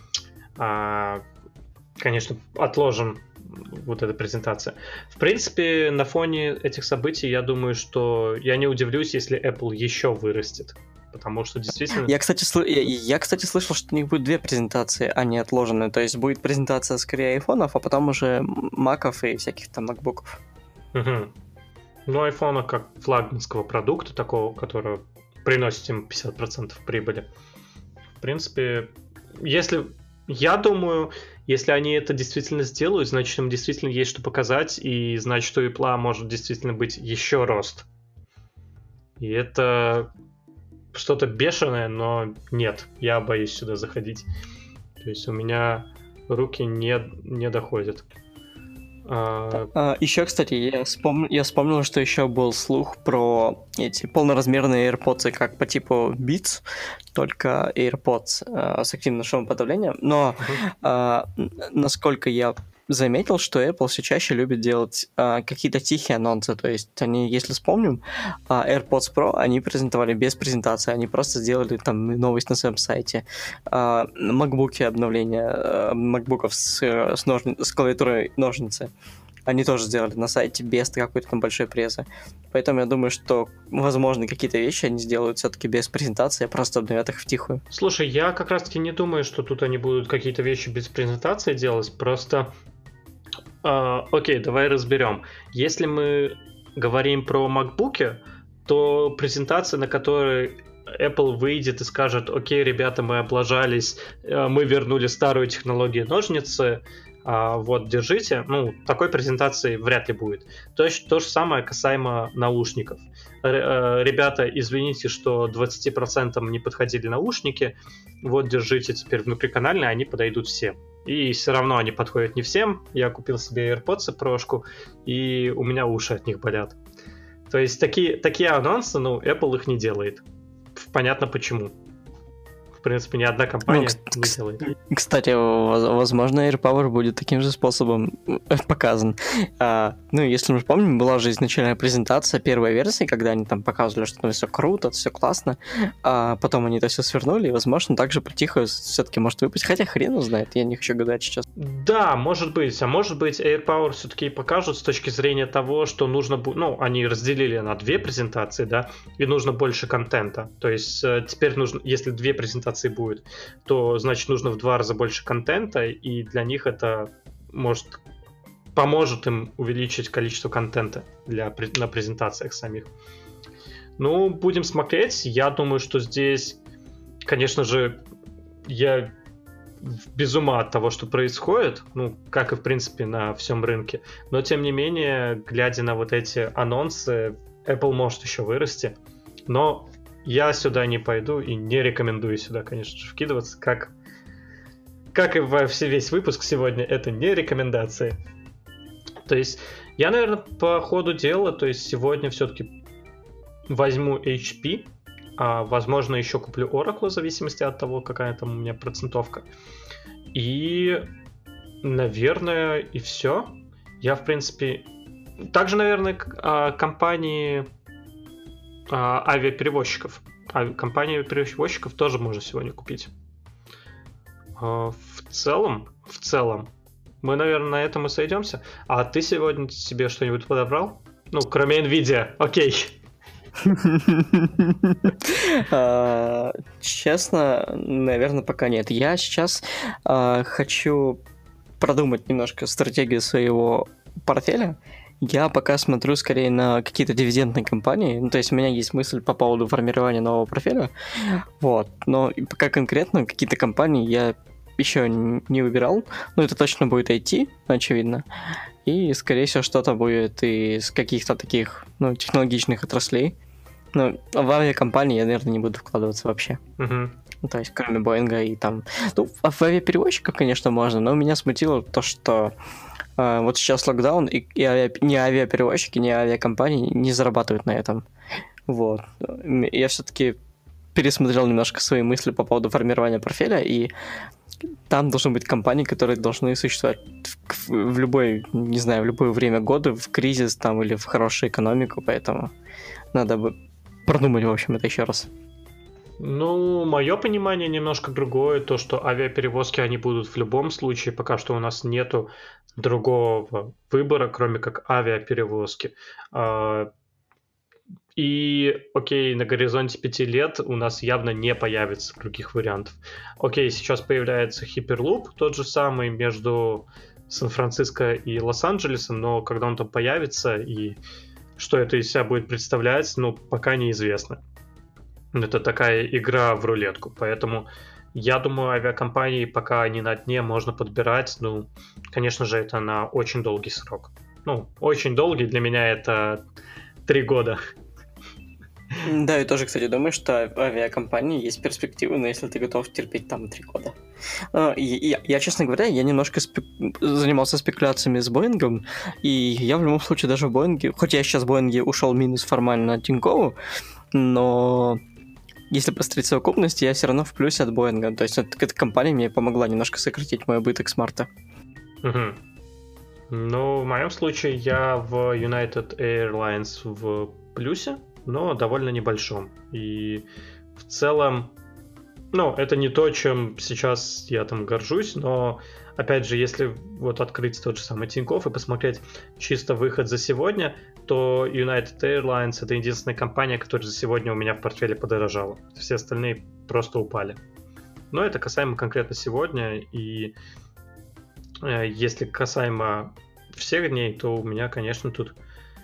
конечно, отложен вот эта презентация. В принципе, на фоне этих событий, я думаю, что я не удивлюсь, если Apple еще вырастет. Потому что действительно... Я, кстати, слышал, что у них будет 2 презентации, а не отложенные. То есть будет презентация скорее айфонов, а потом уже маков и всяких там макбуков. Угу. Ну, айфона как флагманского продукта, такого, который приносит им 50% прибыли. В принципе, я думаю, если они это действительно сделают, значит, им действительно есть что показать, и значит, что у Apple может действительно быть еще рост. И это... что-то бешеное, но нет, я боюсь сюда заходить. То есть у меня руки не доходят. Еще, кстати, я вспомнил, что еще был слух про эти полноразмерные AirPods, как по типу Beats, только AirPods с активным шумоподавлением. Но насколько я заметил, что Apple все чаще любит делать какие-то тихие анонсы. То есть они, если вспомним, AirPods Pro они презентовали без презентации, они просто сделали там новость на своем сайте. MacBook'и обновление MacBook'ов с клавиатурой ножницы они тоже сделали на сайте без какой-то там большой прессы. Поэтому я думаю, что, возможно, какие-то вещи они сделают все-таки без презентации, а просто обновят их втихую. Слушай, я как раз-таки не думаю, что тут они будут какие-то вещи без презентации делать, просто... Окей, давай разберем. Если мы говорим про MacBook'и, то презентация, на которой Apple выйдет и скажет: окей, ребята, мы облажались, мы вернули старую технологию ножницы, вот, держите. Ну, такой презентации вряд ли будет. То же самое касаемо наушников. Ребята, извините, что 20% не подходили наушники, вот, держите теперь внутриканальные, они подойдут всем. И все равно они подходят не всем. Я купил себе AirPods Pro-шку, и у меня уши от них болят. То есть такие анонсы, ну, Apple их не делает. Понятно почему. В принципе, ни одна компания не делает. Кстати, возможно, AirPower будет таким же способом показан. Если мы помним, была же изначальная презентация первой версии, когда они там показывали, что там все круто, все классно, а потом они это все свернули, и, возможно, так же потихо все-таки может выпустить. Хотя хрен знает, я не хочу гадать сейчас. Да, может быть. А может быть, AirPower все-таки покажут с точки зрения того, что нужно будет... Ну, они разделили на 2 презентации, да, и нужно больше контента. То есть теперь нужно, если 2 презентации будет, то, значит, нужно в 2 раза больше контента, и для них это поможет им увеличить количество контента на презентациях самих. Ну, будем смотреть. Я думаю, что здесь, конечно же, я без ума от того, что происходит, ну, как и, в принципе, на всем рынке. Но, тем не менее, глядя на вот эти анонсы, Apple может еще вырасти. Но я сюда не пойду и не рекомендую сюда, конечно же, вкидываться. Как и весь выпуск сегодня, это не рекомендации. То есть я, наверное, по ходу дела, то есть сегодня все-таки возьму HP, а возможно еще куплю Oracle, в зависимости от того, какая там у меня процентовка. И, наверное, и все. Я, в принципе... Также, наверное, компании... авиаперевозчиков. Компанию авиаперевозчиков тоже можно сегодня купить. В целом, мы, наверное, на этом и сойдемся. А ты сегодня себе что-нибудь подобрал? Ну, кроме Nvidia, окей. Честно, наверное, пока нет. Я сейчас хочу продумать немножко стратегию своего портфеля. Я пока смотрю скорее на какие-то дивидендные компании. Ну, то есть у меня есть мысль по поводу формирования нового портфеля. Вот. Но пока конкретно какие-то компании я еще не выбирал. Но это точно будет IT, очевидно. И, скорее всего, что-то будет из каких-то таких, ну, технологичных отраслей. Ну, в авиакомпании я, наверное, не буду вкладываться вообще. Ну, то есть, кроме Боинга и там... Ну, в авиаперевозчиков, конечно, можно, но меня смутило то, что вот сейчас локдаун, и ни авиаперевозчики, ни авиакомпании не зарабатывают на этом. Вот. Я все-таки пересмотрел немножко свои мысли по поводу формирования портфеля, и там должны быть компании, которые должны существовать в любое, не знаю, в любое время года, в кризис там или в хорошую экономику, поэтому надо бы продумать, в общем, это еще раз. Ну, мое понимание немножко другое, то, что авиаперевозки, они будут в любом случае, пока что у нас нету другого выбора, кроме как авиаперевозки. И, окей, на горизонте 5 лет у нас явно не появится других вариантов. Окей, сейчас появляется Hyperloop, тот же самый между Сан-Франциско и Лос-Анджелесом, но когда он там появится и что это из себя будет представлять, ну, пока неизвестно. Это такая игра в рулетку, поэтому я думаю, авиакомпании, пока они на дне, можно подбирать, ну, конечно же, это на очень долгий срок. Ну, очень долгий, для меня это 3 года. Да, я тоже, кстати, думаю, что авиакомпании есть перспективы, но если ты готов терпеть там 3 года. Я, честно говоря, я немножко занимался спекуляциями с Боингом, и я в любом случае даже в Боинге, хоть я сейчас в Боинге ушел минус формально от Тинькову, но если посмотреть совокупность, я все равно в плюсе от Боинга. То есть эта компания мне помогла немножко сократить мой убыток с марта. Угу. Ну, в моем случае я в United Airlines в плюсе, но довольно небольшом. И в целом, ну, это не то, чем сейчас я там горжусь, но, опять же, если вот открыть тот же самый Тинькофф и посмотреть чисто выход за сегодня, то United Airlines — это единственная компания, которая за сегодня у меня в портфеле подорожала. Все остальные просто упали. Но это касаемо конкретно сегодня, и если касаемо всех дней, то у меня, конечно, тут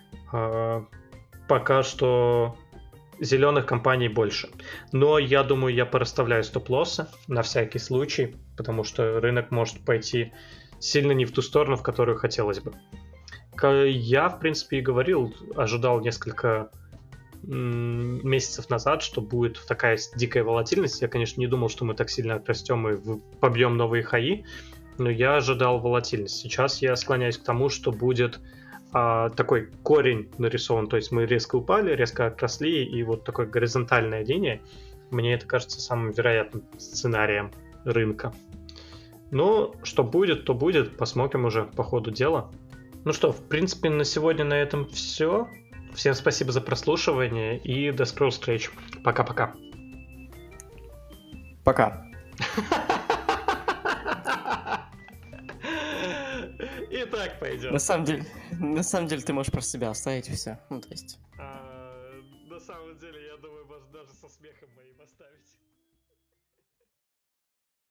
пока что зеленых компаний больше. Но я думаю, я порасставляю стоп-лоссы на всякий случай, потому что рынок может пойти сильно не в ту сторону, в которую хотелось бы. Я, в принципе, и говорил, ожидал несколько месяцев назад, что будет такая дикая волатильность. Я, конечно, не думал, что мы так сильно отрастем и побьем новые хаи, но я ожидал волатильность. Сейчас я склоняюсь к тому, что будет такой корень нарисован, то есть мы резко упали, резко отросли, и вот такая горизонтальная линия, мне это кажется самым вероятным сценарием рынка. Но что будет, то будет, посмотрим уже по ходу дела. Ну что, в принципе, на сегодня на этом все. Всем спасибо за прослушивание и до скорых встреч. Пока-пока. Пока. И так пойдет. На самом деле ты можешь про себя оставить все. Ну, то есть. На самом деле, я думаю, можно даже со смехом моим оставить.